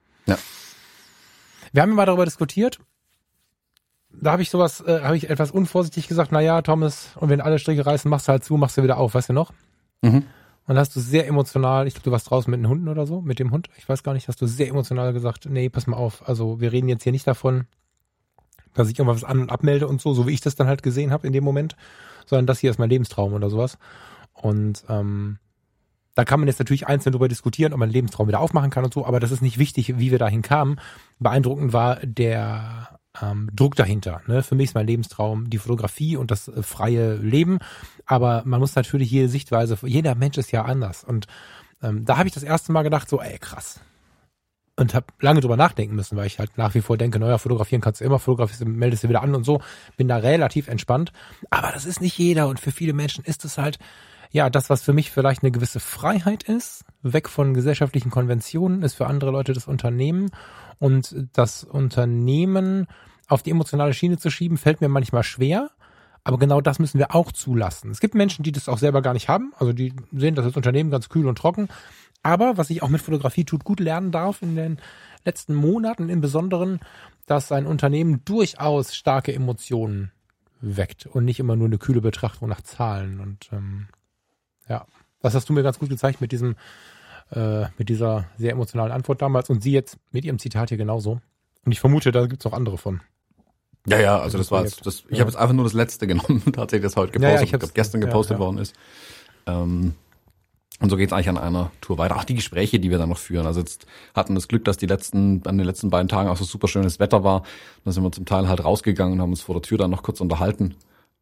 Wir haben mal darüber diskutiert. Da habe ich etwas unvorsichtig gesagt, naja, Thomas, und wenn alle Stricke reißen, machst du halt zu, machst du wieder auf, weißt du noch? Mhm. Und hast du sehr emotional, ich glaube, du warst draußen mit den Hunden oder so, mit dem Hund, ich weiß gar nicht, hast du sehr emotional gesagt, nee, pass mal auf, also wir reden jetzt hier nicht davon, dass ich irgendwas an- und abmelde und so wie ich das dann halt gesehen habe in dem Moment, sondern das hier ist mein Lebenstraum oder sowas. Und da kann man jetzt natürlich einzeln darüber diskutieren, ob man den Lebenstraum wieder aufmachen kann und so, aber das ist nicht wichtig, wie wir dahin kamen. Beeindruckend war der Druck dahinter. Ne? Für mich ist mein Lebenstraum die Fotografie und das freie Leben, aber man muss natürlich jede Sichtweise, jeder Mensch ist ja anders und da habe ich das erste Mal gedacht, so ey krass, und habe lange drüber nachdenken müssen, weil ich halt nach wie vor denke, naja, fotografieren kannst du immer, fotografierst, meldest du wieder an und so, bin da relativ entspannt, aber das ist nicht jeder und für viele Menschen ist es halt ja, das, was für mich vielleicht eine gewisse Freiheit ist, weg von gesellschaftlichen Konventionen, ist für andere Leute das Unternehmen. Und das Unternehmen auf die emotionale Schiene zu schieben, fällt mir manchmal schwer. Aber genau das müssen wir auch zulassen. Es gibt Menschen, die das auch selber gar nicht haben. Also die sehen das als Unternehmen ganz kühl und trocken. Aber was ich auch mit Fotografie gut lernen darf in den letzten Monaten im Besonderen, dass ein Unternehmen durchaus starke Emotionen weckt und nicht immer nur eine kühle Betrachtung nach Zahlen. Und ja, das hast du mir ganz gut gezeigt mit dieser sehr emotionalen Antwort damals und sie jetzt mit ihrem Zitat hier genauso. Und ich vermute, da gibt's auch andere von. Ja, also das war jetzt, ich habe jetzt einfach nur das letzte genommen, tatsächlich, das heute gepostet, ich glaube gestern gepostet worden ist. Und so geht's eigentlich an einer Tour weiter. Auch die Gespräche, die wir dann noch führen. Also jetzt hatten das Glück, dass an den letzten beiden Tagen auch so super schönes Wetter war. Dann sind wir zum Teil halt rausgegangen und haben uns vor der Tür dann noch kurz unterhalten.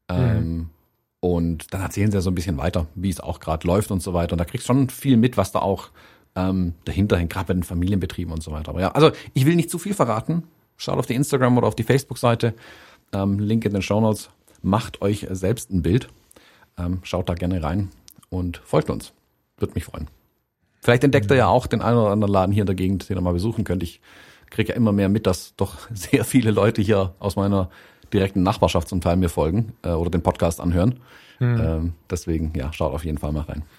Und dann erzählen sie ja so ein bisschen weiter, wie es auch gerade läuft und so weiter. Und da kriegst du schon viel mit, was da auch dahinter hängt, gerade bei den Familienbetrieben und so weiter. Aber ja, also ich will nicht zu viel verraten. Schaut auf die Instagram oder auf die Facebook-Seite. Link in den Shownotes. Macht euch selbst ein Bild. Schaut da gerne rein und folgt uns. Würde mich freuen. Vielleicht entdeckt ihr ja auch den einen oder anderen Laden hier in der Gegend, den ihr mal besuchen könnt. Ich kriege ja immer mehr mit, dass doch sehr viele Leute hier aus meiner direkten Nachbarschaft zum Teil mir folgen oder den Podcast anhören. Deswegen, ja, schaut auf jeden Fall mal rein.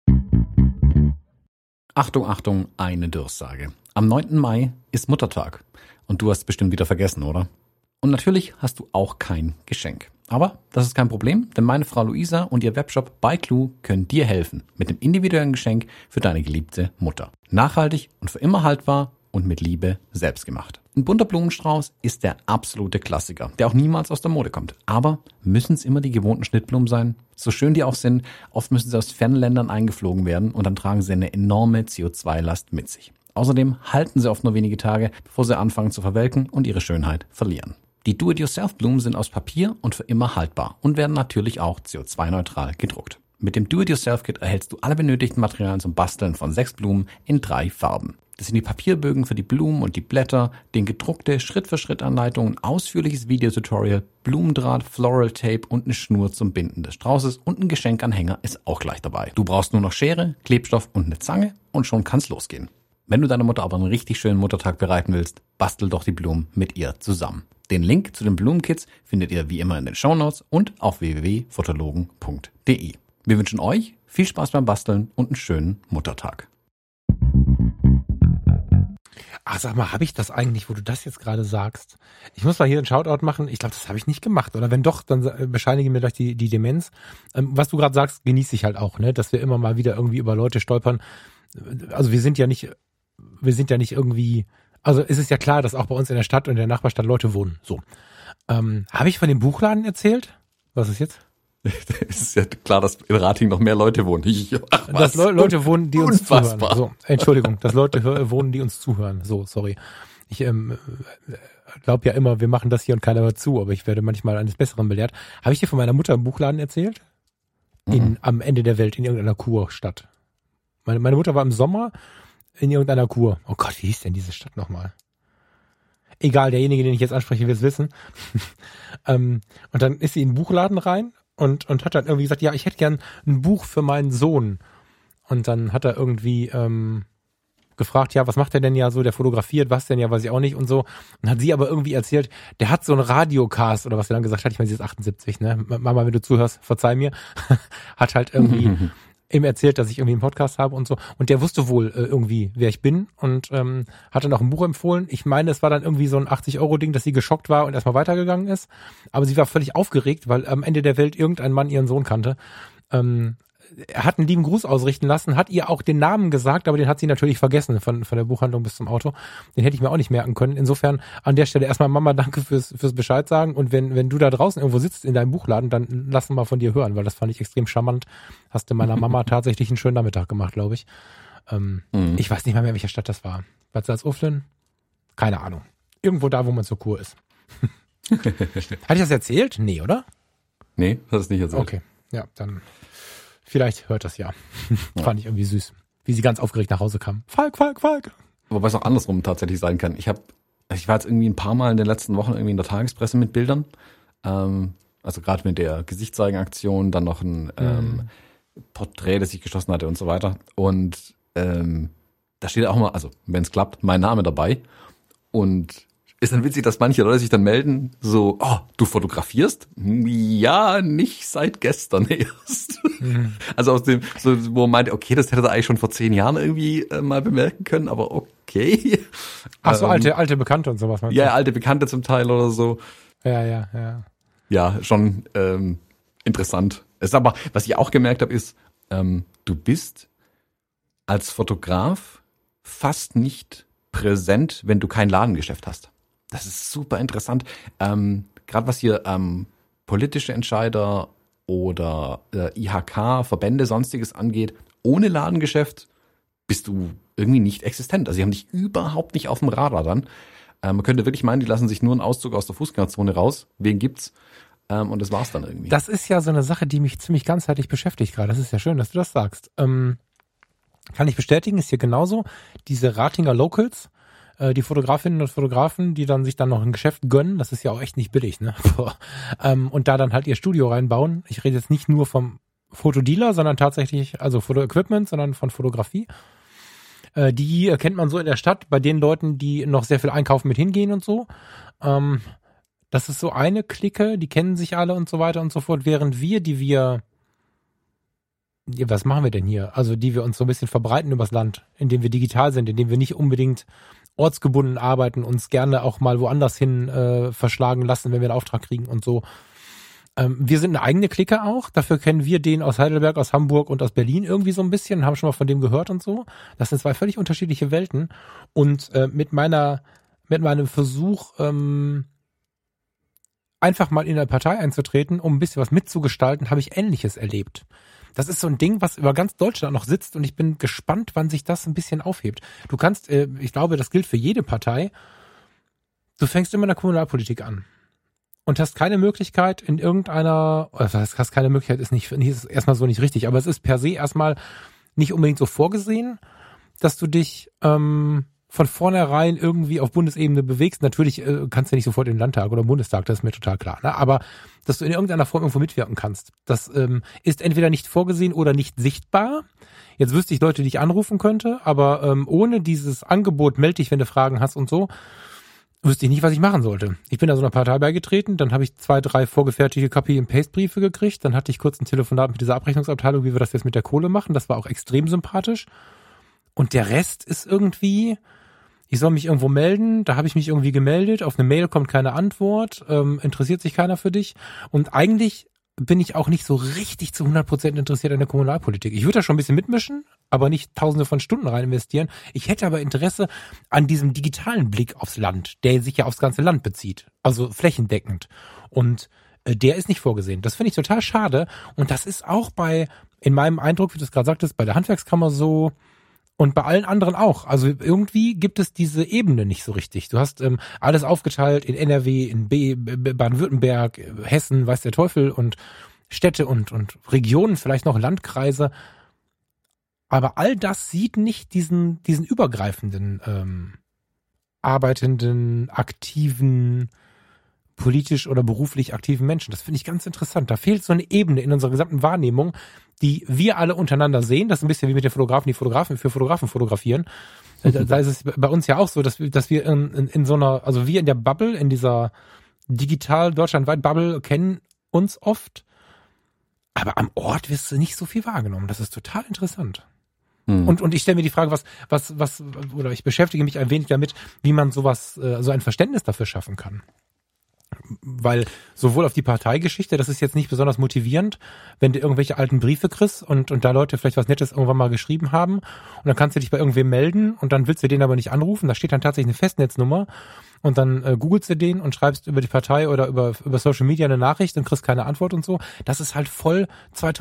Achtung, Achtung, eine Durchsage. Am 9. Mai ist Muttertag. Und du hast bestimmt wieder vergessen, oder? Und natürlich hast du auch kein Geschenk. Aber das ist kein Problem, denn meine Frau Luisa und ihr Webshop BuyClue können dir helfen mit dem individuellen Geschenk für deine geliebte Mutter. Nachhaltig und für immer haltbar und mit Liebe selbst gemacht. Ein bunter Blumenstrauß ist der absolute Klassiker, der auch niemals aus der Mode kommt. Aber müssen es immer die gewohnten Schnittblumen sein? So schön die auch sind, oft müssen sie aus fernen Ländern eingeflogen werden und dann tragen sie eine enorme CO2-Last mit sich. Außerdem halten sie oft nur wenige Tage, bevor sie anfangen zu verwelken und ihre Schönheit verlieren. Die Do-it-yourself-Blumen sind aus Papier und für immer haltbar und werden natürlich auch CO2-neutral gedruckt. Mit dem Do-it-yourself-Kit erhältst du alle benötigten Materialien zum Basteln von 6 Blumen in 3 Farben. Das sind die Papierbögen für die Blumen und die Blätter, den gedruckte Schritt-für-Schritt-Anleitung, ein ausführliches Videotutorial, Blumendraht, Floral Tape und eine Schnur zum Binden des Straußes und ein Geschenkanhänger ist auch gleich dabei. Du brauchst nur noch Schere, Klebstoff und eine Zange und schon kann's losgehen. Wenn du deiner Mutter aber einen richtig schönen Muttertag bereiten willst, bastel doch die Blumen mit ihr zusammen. Den Link zu den Blumenkits findet ihr wie immer in den Shownotes und auf www.fotologen.de. Wir wünschen euch viel Spaß beim Basteln und einen schönen Muttertag. Ach, sag mal, habe ich das eigentlich, wo du das jetzt gerade sagst? Ich muss mal hier einen Shoutout machen. Ich glaube, das habe ich nicht gemacht. Oder wenn doch, dann bescheinige mir gleich die Demenz. Was du gerade sagst, genieße ich halt auch, ne? Dass wir immer mal wieder irgendwie über Leute stolpern. Also wir sind ja nicht irgendwie, also es ist ja klar, dass auch bei uns in der Stadt und in der Nachbarstadt Leute wohnen. So. Habe ich von dem Buchladen erzählt? Was ist jetzt? Es ist ja klar, dass in Rating noch mehr Leute wohnen. Dass Leute wohnen, die uns zuhören. So, Entschuldigung, dass Leute wohnen, die uns zuhören. So, sorry. Ich glaube ja immer, wir machen das hier und keiner hört zu, aber ich werde manchmal eines Besseren belehrt. Habe ich dir von meiner Mutter im Buchladen erzählt? Am Ende der Welt, in irgendeiner Kurstadt. Meine Mutter war im Sommer in irgendeiner Kur. Oh Gott, wie hieß denn diese Stadt nochmal? egal, derjenige, den ich jetzt anspreche, will es wissen. Und dann ist sie in den Buchladen rein und hat dann irgendwie gesagt, ja, ich hätte gern ein Buch für meinen Sohn. Und dann hat er irgendwie gefragt, ja, was macht der denn ja so, der fotografiert, was denn ja, weiß ich auch nicht und so. Und hat sie aber irgendwie erzählt, der hat so einen Radiocast oder was er dann gesagt hat, ich meine, sie ist 78, ne? Mama, wenn du zuhörst, verzeih mir. Hat halt irgendwie ihm erzählt, dass ich irgendwie einen Podcast habe und so. Und der wusste wohl irgendwie, wer ich bin und hat dann auch ein Buch empfohlen. Ich meine, es war dann irgendwie so ein 80-Euro-Ding, dass sie geschockt war und erstmal weitergegangen ist. Aber sie war völlig aufgeregt, weil am Ende der Welt irgendein Mann ihren Sohn kannte. Er hat einen lieben Gruß ausrichten lassen, hat ihr auch den Namen gesagt, aber den hat sie natürlich vergessen von der Buchhandlung bis zum Auto. Den hätte ich mir auch nicht merken können. Insofern an der Stelle erstmal Mama, danke fürs Bescheid sagen. Und wenn du da draußen irgendwo sitzt in deinem Buchladen, dann lass mal von dir hören, weil das fand ich extrem charmant. Hast du meiner Mama tatsächlich einen schönen Nachmittag gemacht, glaube ich. Ich weiß nicht mal mehr, welche Stadt das war. Bad Salzuflen? Keine Ahnung. Irgendwo da, wo man zur Kur ist. Hatte ich das erzählt? Nee, oder? Nee, hast du nicht erzählt. Okay, ja, dann vielleicht hört das ja. Fand ich irgendwie süß. Wie sie ganz aufgeregt nach Hause kam. Falk. Wobei es auch andersrum tatsächlich sein kann. Ich war jetzt irgendwie ein paar Mal in den letzten Wochen irgendwie in der Tagespresse mit Bildern. Also gerade mit der Gesichtszeigen-Aktion, dann noch ein Porträt, das ich geschossen hatte und so weiter. Und da steht auch mal, also wenn es klappt, mein Name dabei. Und ist dann witzig, dass manche Leute sich dann melden, so, oh, du fotografierst? Ja, nicht seit gestern erst. Also aus dem, so, wo man meinte, okay, das hätte er eigentlich schon vor 10 Jahren irgendwie mal bemerken können, aber okay. Ach so, alte Bekannte und sowas. Ja, alte Bekannte zum Teil oder so. Ja. Ja, schon interessant. Es ist aber, was ich auch gemerkt habe, ist, du bist als Fotograf fast nicht präsent, wenn du kein Ladengeschäft hast. Das ist super interessant. Gerade was hier politische Entscheider oder IHK, Verbände, sonstiges angeht, ohne Ladengeschäft bist du irgendwie nicht existent. Also sie haben dich überhaupt nicht auf dem Radar dann. Man könnte wirklich meinen, die lassen sich nur einen Auszug aus der Fußgängerzone raus. Wen gibt's? Und das war's dann irgendwie. Das ist ja so eine Sache, die mich ziemlich ganzheitlich beschäftigt gerade. Das ist ja schön, dass du das sagst. Kann ich bestätigen, ist hier genauso. Diese Ratinger Locals, die Fotografinnen und Fotografen, die dann sich dann noch ein Geschäft gönnen, das ist ja auch echt nicht billig, ne? Und da dann halt ihr Studio reinbauen. Ich rede jetzt nicht nur vom Fotodealer, sondern tatsächlich, also Fotoequipment, sondern von Fotografie. Die kennt man so in der Stadt bei den Leuten, die noch sehr viel einkaufen mit hingehen und so. Das ist so eine Clique, die kennen sich alle und so weiter und so fort, während was machen wir denn hier? Also die wir uns so ein bisschen verbreiten übers Land, indem wir digital sind, indem wir nicht unbedingt ortsgebunden arbeiten, uns gerne auch mal woanders hin verschlagen lassen, wenn wir einen Auftrag kriegen und so. Wir sind eine eigene Clique auch. Dafür kennen wir den aus Heidelberg, aus Hamburg und aus Berlin irgendwie so ein bisschen, haben schon mal von dem gehört und so. Das sind 2 völlig unterschiedliche Welten. Und mit meinem Versuch, einfach mal in eine Partei einzutreten, um ein bisschen was mitzugestalten, habe ich Ähnliches erlebt. Das ist so ein Ding, was über ganz Deutschland noch sitzt und ich bin gespannt, wann sich das ein bisschen aufhebt. Du kannst, ich glaube, das gilt für jede Partei, du fängst immer in der Kommunalpolitik an und hast keine Möglichkeit in irgendeiner, hast keine Möglichkeit, ist erstmal so nicht richtig, aber es ist per se erstmal nicht unbedingt so vorgesehen, dass du dich von vornherein irgendwie auf Bundesebene bewegst. Natürlich kannst du nicht sofort in den Landtag oder Bundestag, das ist mir total klar. Ne? Aber dass du in irgendeiner Form irgendwo mitwirken kannst, das ist entweder nicht vorgesehen oder nicht sichtbar. Jetzt wüsste ich Leute, die ich anrufen könnte, aber ohne dieses Angebot, melde dich, wenn du Fragen hast und so, wüsste ich nicht, was ich machen sollte. Ich bin da so einer Partei beigetreten, dann habe ich 2, 3 vorgefertigte Copy-and-Paste-Briefe gekriegt, dann hatte ich kurz ein Telefonat mit dieser Abrechnungsabteilung, wie wir das jetzt mit der Kohle machen. Das war auch extrem sympathisch. Und der Rest ist irgendwie, ich soll mich irgendwo melden, da habe ich mich irgendwie gemeldet, auf eine Mail kommt keine Antwort, interessiert sich keiner für dich. Und eigentlich bin ich auch nicht so richtig zu 100% interessiert an der Kommunalpolitik. Ich würde da schon ein bisschen mitmischen, aber nicht Tausende von Stunden rein investieren. Ich hätte aber Interesse an diesem digitalen Blick aufs Land, der sich ja aufs ganze Land bezieht, also flächendeckend. Und der ist nicht vorgesehen. Das finde ich total schade. Und das ist auch in meinem Eindruck, wie du es gerade sagtest, bei der Handwerkskammer so, und bei allen anderen auch. Also irgendwie gibt es diese Ebene nicht so richtig. Du hast alles aufgeteilt in NRW, in Baden-Württemberg, Hessen, weiß der Teufel und Städte und Regionen, vielleicht noch Landkreise. Aber all das sieht nicht diesen übergreifenden arbeitenden, aktiven, politisch oder beruflich aktiven Menschen. Das finde ich ganz interessant. Da fehlt so eine Ebene in unserer gesamten Wahrnehmung, die wir alle untereinander sehen. Das ist ein bisschen wie mit den Fotografen, die Fotografen für Fotografen fotografieren. Da ist es bei uns ja auch so, dass wir in so einer, also wir in der Bubble, in dieser digital deutschlandweit Bubble kennen uns oft, aber am Ort wirst du nicht so viel wahrgenommen. Das ist total interessant. Und ich stelle mir die Frage, oder ich beschäftige mich ein wenig damit, wie man sowas, so ein Verständnis dafür schaffen kann. Weil sowohl auf die Parteigeschichte, das ist jetzt nicht besonders motivierend, wenn du irgendwelche alten Briefe kriegst und da Leute vielleicht was Nettes irgendwann mal geschrieben haben und dann kannst du dich bei irgendwem melden und dann willst du den aber nicht anrufen, da steht dann tatsächlich eine Festnetznummer und dann googelst du den und schreibst über die Partei oder über Social Media eine Nachricht und kriegst keine Antwort und so. Das ist halt voll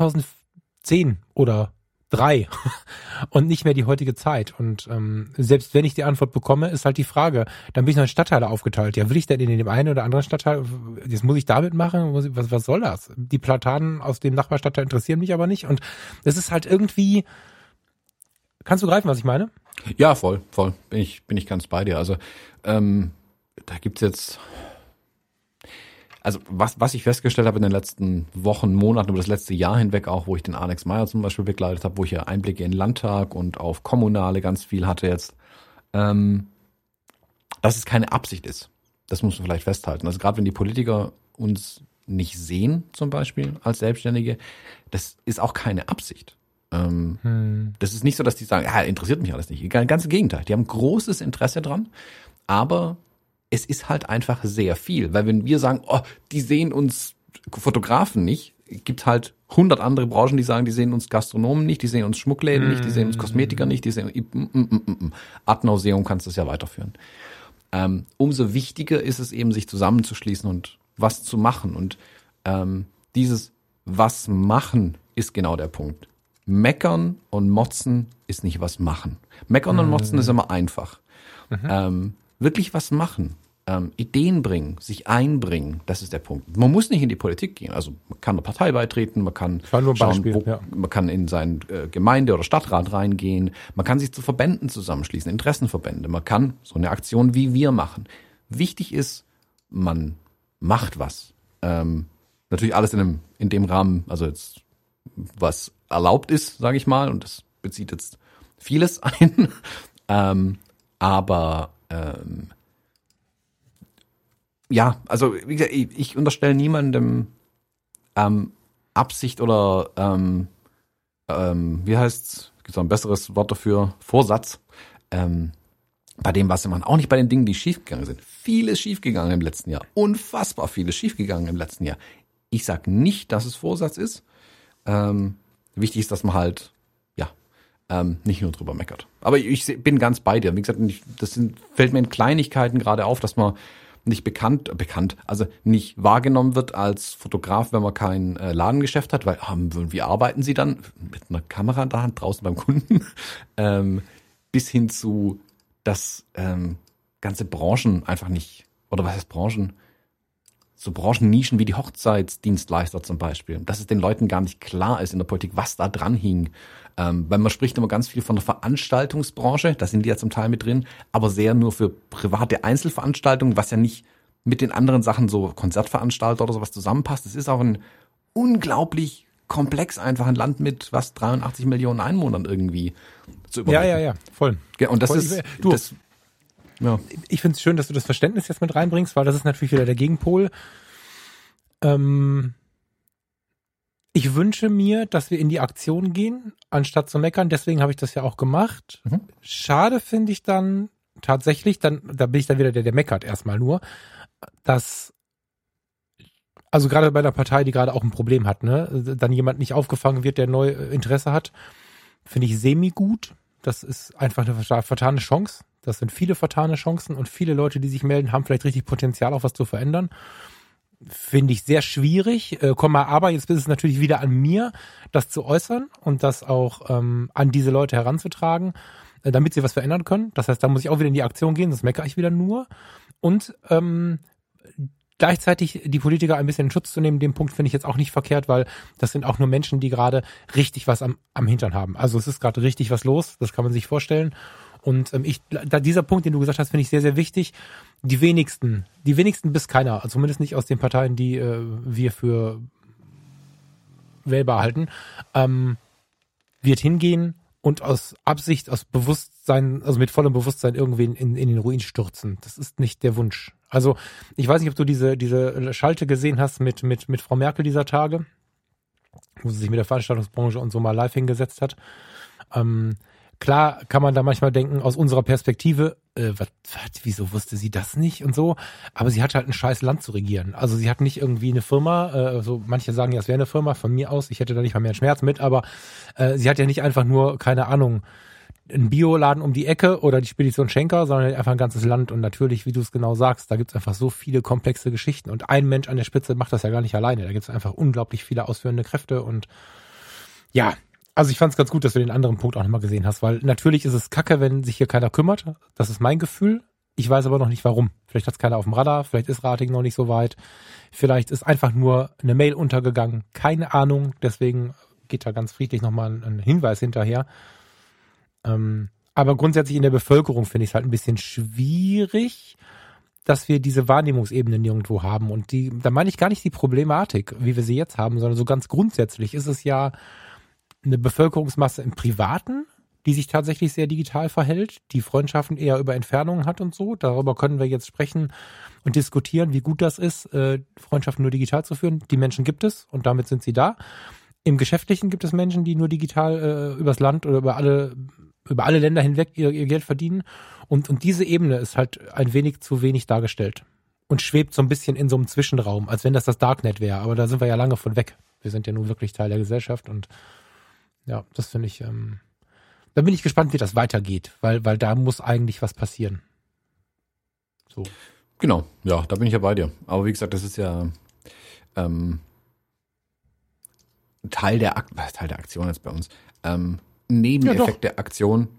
2010 oder 3 und nicht mehr die heutige Zeit. Und selbst wenn ich die Antwort bekomme, ist halt die Frage, dann bin ich noch in Stadtteile aufgeteilt. Ja, will ich denn in dem einen oder anderen Stadtteil, jetzt muss ich damit machen? Was soll das? Die Platanen aus dem Nachbarstadtteil interessieren mich aber nicht. Und das ist halt irgendwie, kannst du greifen, was ich meine? Ja, voll. Bin ich ganz bei dir. Also da gibt's jetzt, also was ich festgestellt habe in den letzten Wochen, Monaten, über das letzte Jahr hinweg auch, wo ich den Alex Meyer zum Beispiel begleitet habe, wo ich ja Einblicke in den Landtag und auf Kommunale ganz viel hatte jetzt, dass es keine Absicht ist. Das muss man vielleicht festhalten. Also gerade wenn die Politiker uns nicht sehen zum Beispiel als Selbstständige, das ist auch keine Absicht. Das ist nicht so, dass die sagen, ja, interessiert mich alles nicht. Ganz im Gegenteil. Die haben großes Interesse dran, aber es ist halt einfach sehr viel, weil wenn wir sagen, oh, die sehen uns Fotografen nicht, gibt halt 100 andere Branchen, die sagen, die sehen uns Gastronomen nicht, die sehen uns Schmuckläden nicht, die sehen uns Kosmetiker nicht, die sehen ad nauseum kannst du das ja weiterführen. Umso wichtiger ist es eben, sich zusammenzuschließen und was zu machen und dieses was machen ist genau der Punkt. Meckern und motzen ist nicht was machen. Meckern und motzen ist immer einfach. Wirklich was machen, Ideen bringen, sich einbringen, das ist der Punkt. Man muss nicht in die Politik gehen, also man kann einer Partei beitreten, man kann man kann in seinen Gemeinde- oder Stadtrat reingehen, man kann sich zu Verbänden zusammenschließen, Interessenverbände, man kann so eine Aktion wie wir machen. Wichtig ist, man macht was. Natürlich alles in dem Rahmen, also jetzt was erlaubt ist, sage ich mal, und das bezieht jetzt vieles ein, aber ja, also wie gesagt, ich unterstelle niemandem Absicht oder wie heißt's? Gibt es ein besseres Wort dafür? Vorsatz. Bei dem, was sie machen. Auch nicht bei den Dingen, die schiefgegangen sind. Vieles schiefgegangen im letzten Jahr. Unfassbar vieles schiefgegangen im letzten Jahr. Ich sag nicht, dass es Vorsatz ist. Wichtig ist, dass man halt nicht nur drüber meckert. Aber ich bin ganz bei dir. Wie gesagt, fällt mir in Kleinigkeiten gerade auf, dass man nicht also nicht wahrgenommen wird als Fotograf, wenn man kein Ladengeschäft hat, weil wie arbeiten Sie dann? Mit einer Kamera in der Hand draußen beim Kunden? Bis hin zu, dass ganze Branchen einfach nicht, oder was heißt Branchen? So Branchennischen wie die Hochzeitsdienstleister zum Beispiel, dass es den Leuten gar nicht klar ist in der Politik, was da dran hing. Weil man spricht immer ganz viel von der Veranstaltungsbranche, da sind die ja zum Teil mit drin, aber sehr nur für private Einzelveranstaltungen, was ja nicht mit den anderen Sachen, so Konzertveranstalter oder sowas zusammenpasst. Es ist auch ein unglaublich komplex einfach ein Land mit 83 Millionen Einwohnern irgendwie zu überblicken. Ja, voll. Ja, und das voll, ist... Ja. Ich finde es schön, dass du das Verständnis jetzt mit reinbringst, weil das ist natürlich wieder der Gegenpol. Ich wünsche mir, dass wir in die Aktion gehen, anstatt zu meckern. Deswegen habe ich das ja auch gemacht. Schade finde ich dann tatsächlich, da bin ich dann wieder der meckert erstmal nur, dass, also gerade bei einer Partei, die gerade auch ein Problem hat, ne, dann jemand nicht aufgefangen wird, der neu Interesse hat, finde ich semi-gut. Das ist einfach eine vertane Chance. Das sind viele vertane Chancen und viele Leute, die sich melden, haben vielleicht richtig Potenzial, auch was zu verändern. Finde ich sehr schwierig. Aber jetzt ist es natürlich wieder an mir, das zu äußern und das auch an diese Leute heranzutragen, damit sie was verändern können. Das heißt, da muss ich auch wieder in die Aktion gehen, sonst meckere ich wieder nur. Und gleichzeitig die Politiker ein bisschen in Schutz zu nehmen, den Punkt finde ich jetzt auch nicht verkehrt, weil das sind auch nur Menschen, die gerade richtig was am Hintern haben. Also es ist gerade richtig was los, das kann man sich vorstellen. Und dieser Punkt, den du gesagt hast, finde ich sehr, sehr wichtig. Die wenigsten bis keiner, also zumindest nicht aus den Parteien, die wir für wählbar halten, wird hingehen und aus Absicht, aus Bewusstsein, also mit vollem Bewusstsein irgendwen in den Ruin stürzen. Das ist nicht der Wunsch. Also ich weiß nicht, ob du diese Schalte gesehen hast mit Frau Merkel dieser Tage, wo sie sich mit der Veranstaltungsbranche und so mal live hingesetzt hat. Klar kann man da manchmal denken, aus unserer Perspektive, wieso wusste sie das nicht und so, aber sie hat halt ein scheiß Land zu regieren. Also sie hat nicht irgendwie eine Firma, so manche sagen ja, es wäre eine Firma, von mir aus, ich hätte da nicht mal mehr einen Schmerz mit, aber sie hat ja nicht einfach nur, keine Ahnung, einen Bioladen um die Ecke oder die Spedition Schenker, sondern einfach ein ganzes Land und natürlich, wie du es genau sagst, da gibt es einfach so viele komplexe Geschichten und ein Mensch an der Spitze macht das ja gar nicht alleine, da gibt es einfach unglaublich viele ausführende Kräfte und ja, also ich fand es ganz gut, dass du den anderen Punkt auch nochmal gesehen hast, weil natürlich ist es kacke, wenn sich hier keiner kümmert. Das ist mein Gefühl. Ich weiß aber noch nicht, warum. Vielleicht hat es keiner auf dem Radar, vielleicht ist Rating noch nicht so weit. Vielleicht ist einfach nur eine Mail untergegangen. Keine Ahnung. Deswegen geht da ganz friedlich nochmal ein Hinweis hinterher. Aber grundsätzlich in der Bevölkerung finde ich es halt ein bisschen schwierig, dass wir diese Wahrnehmungsebene nirgendwo haben. Und da meine ich gar nicht die Problematik, wie wir sie jetzt haben, sondern so ganz grundsätzlich ist es ja eine Bevölkerungsmasse im Privaten, die sich tatsächlich sehr digital verhält, die Freundschaften eher über Entfernungen hat und so. Darüber können wir jetzt sprechen und diskutieren, wie gut das ist, Freundschaften nur digital zu führen. Die Menschen gibt es und damit sind sie da. Im Geschäftlichen gibt es Menschen, die nur digital übers Land oder über alle Länder hinweg ihr Geld verdienen. Und diese Ebene ist halt ein wenig zu wenig dargestellt und schwebt so ein bisschen in so einem Zwischenraum, als wenn das Darknet wäre. Aber da sind wir ja lange von weg. Wir sind ja nun wirklich Teil der Gesellschaft und ja, das finde ich, da bin ich gespannt, wie das weitergeht, weil da muss eigentlich was passieren. So. Genau, ja, da bin ich ja bei dir. Aber wie gesagt, das ist ja Teil der Aktion jetzt bei uns. Nebeneffekt der Aktion,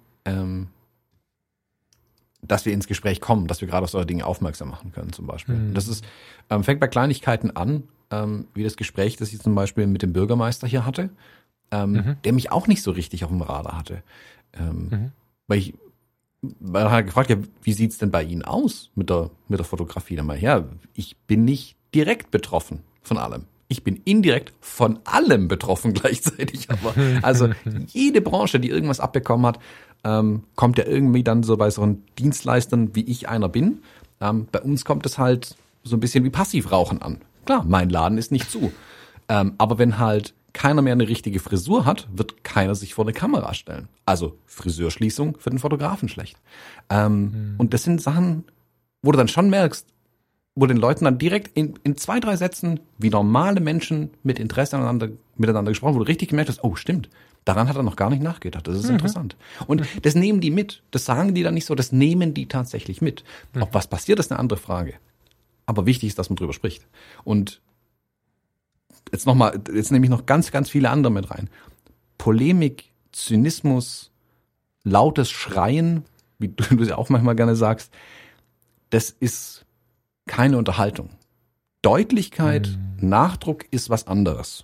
dass wir ins Gespräch kommen, dass wir gerade auf solche Dinge aufmerksam machen können zum Beispiel. Und das ist, fängt bei Kleinigkeiten an, wie das Gespräch, das ich zum Beispiel mit dem Bürgermeister hier hatte, der mich auch nicht so richtig auf dem Radar hatte. Weil er hat gefragt, ja, wie sieht's denn bei Ihnen aus mit der Fotografie? Dann mal, ja, ich bin nicht direkt betroffen von allem. Ich bin indirekt von allem betroffen gleichzeitig. Aber also jede Branche, die irgendwas abbekommen hat, kommt ja irgendwie dann so bei so einen Dienstleistern, wie ich einer bin. Bei uns kommt es halt so ein bisschen wie Passivrauchen an. Klar, mein Laden ist nicht zu. Aber wenn halt keiner mehr eine richtige Frisur hat, wird keiner sich vor eine Kamera stellen. Also Friseurschließung für den Fotografen schlecht. Und das sind Sachen, wo du dann schon merkst, wo den Leuten dann direkt in 2-3 Sätzen wie normale Menschen mit Interesse miteinander gesprochen, wo du richtig gemerkt hast, oh stimmt, daran hat er noch gar nicht nachgedacht. Das ist interessant. Und das nehmen die mit. Das sagen die dann nicht so, das nehmen die tatsächlich mit. Ob was passiert, ist eine andere Frage. Aber wichtig ist, dass man drüber spricht. Und jetzt nehme ich noch ganz, ganz viele andere mit rein. Polemik, Zynismus, lautes Schreien, wie du es ja auch manchmal gerne sagst, das ist keine Unterhaltung. Deutlichkeit, Nachdruck ist was anderes.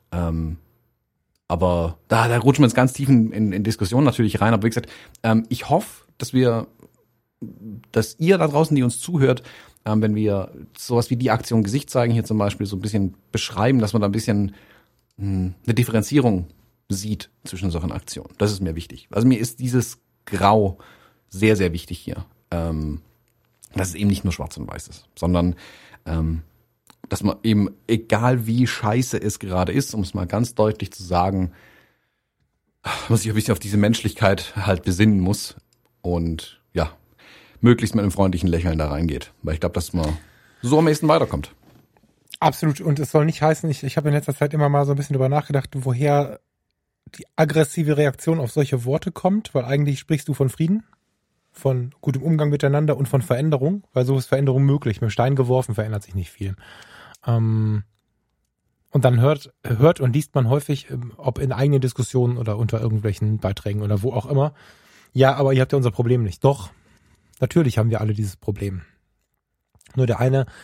Aber da rutschen wir jetzt ganz tief in Diskussionen natürlich rein. Aber wie gesagt, ich hoffe, dass ihr da draußen, die uns zuhört, wenn wir sowas wie die Aktion Gesicht zeigen hier zum Beispiel so ein bisschen beschreiben, dass man da ein bisschen eine Differenzierung sieht zwischen solchen Aktionen. Das ist mir wichtig. Also mir ist dieses Grau sehr, sehr wichtig hier. Dass es eben nicht nur schwarz und weiß ist, sondern dass man eben, egal wie scheiße es gerade ist, um es mal ganz deutlich zu sagen, man sich ein bisschen auf diese Menschlichkeit halt besinnen muss und ja, möglichst mit einem freundlichen Lächeln da reingeht. Weil ich glaube, dass man so am nächsten weiterkommt. Absolut. Und es soll nicht heißen, ich habe in letzter Zeit immer mal so ein bisschen drüber nachgedacht, woher die aggressive Reaktion auf solche Worte kommt, weil eigentlich sprichst du von Frieden, von gutem Umgang miteinander und von Veränderung, weil so ist Veränderung möglich. Mit Stein geworfen verändert sich nicht viel. Und dann hört und liest man häufig, ob in eigenen Diskussionen oder unter irgendwelchen Beiträgen oder wo auch immer, ja, aber ihr habt ja unser Problem nicht. Doch, natürlich haben wir alle dieses Problem. Nur der eine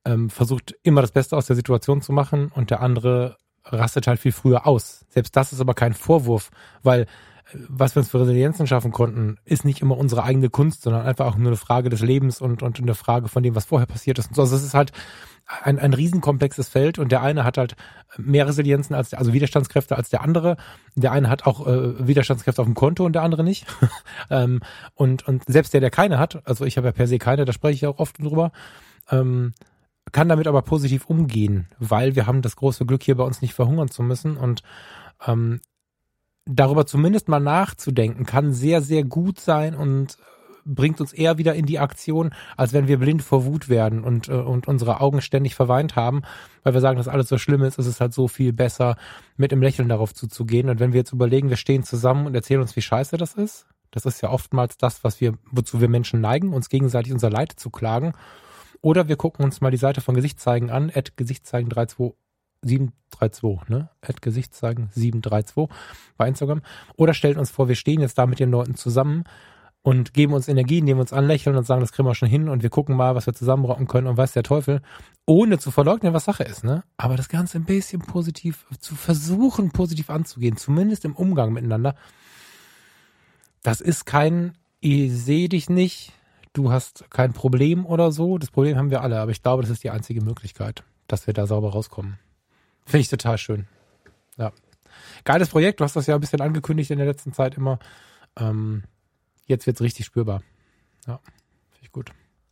versucht immer das Beste aus der Situation zu machen und der andere rastet halt viel früher aus. Selbst das ist aber kein Vorwurf, weil was wir uns für Resilienzen schaffen konnten, ist nicht immer unsere eigene Kunst, sondern einfach auch nur eine Frage des Lebens und eine Frage von dem, was vorher passiert ist. Und so. Also es ist halt ein riesenkomplexes Feld und der eine hat halt mehr Resilienzen also Widerstandskräfte als der andere. Der eine hat auch Widerstandskräfte auf dem Konto und der andere nicht. Und selbst der keine hat, also ich habe ja per se keine, da spreche ich auch oft drüber, kann damit aber positiv umgehen, weil wir haben das große Glück, hier bei uns nicht verhungern zu müssen und darüber zumindest mal nachzudenken, kann sehr, sehr gut sein und bringt uns eher wieder in die Aktion, als wenn wir blind vor Wut werden und unsere Augen ständig verweint haben, weil wir sagen, dass alles so schlimm ist, ist es halt so viel besser, mit einem Lächeln darauf zuzugehen. Und wenn wir jetzt überlegen, wir stehen zusammen und erzählen uns, wie scheiße das ist ja oftmals das, wozu wir Menschen neigen, uns gegenseitig unser Leid zu klagen. Oder wir gucken uns mal die Seite von Gesichtszeigen an, @Gesichtszeigen732, ne? @Gesichtszeigen732 bei Instagram. Oder stellen uns vor, wir stehen jetzt da mit den Leuten zusammen und geben uns Energie, indem wir uns anlächeln und sagen, das kriegen wir schon hin und wir gucken mal, was wir zusammenrocken können und weiß der Teufel, ohne zu verleugnen, was Sache ist, ne? Aber das Ganze ein bisschen positiv, zu versuchen, positiv anzugehen, zumindest im Umgang miteinander. Das ist kein, ich sehe dich nicht, du hast kein Problem oder so. Das Problem haben wir alle, aber ich glaube, das ist die einzige Möglichkeit, dass wir da sauber rauskommen. Finde ich total schön. Ja. Geiles Projekt, du hast das ja ein bisschen angekündigt in der letzten Zeit immer. Jetzt wird's richtig spürbar. Ja, finde ich gut.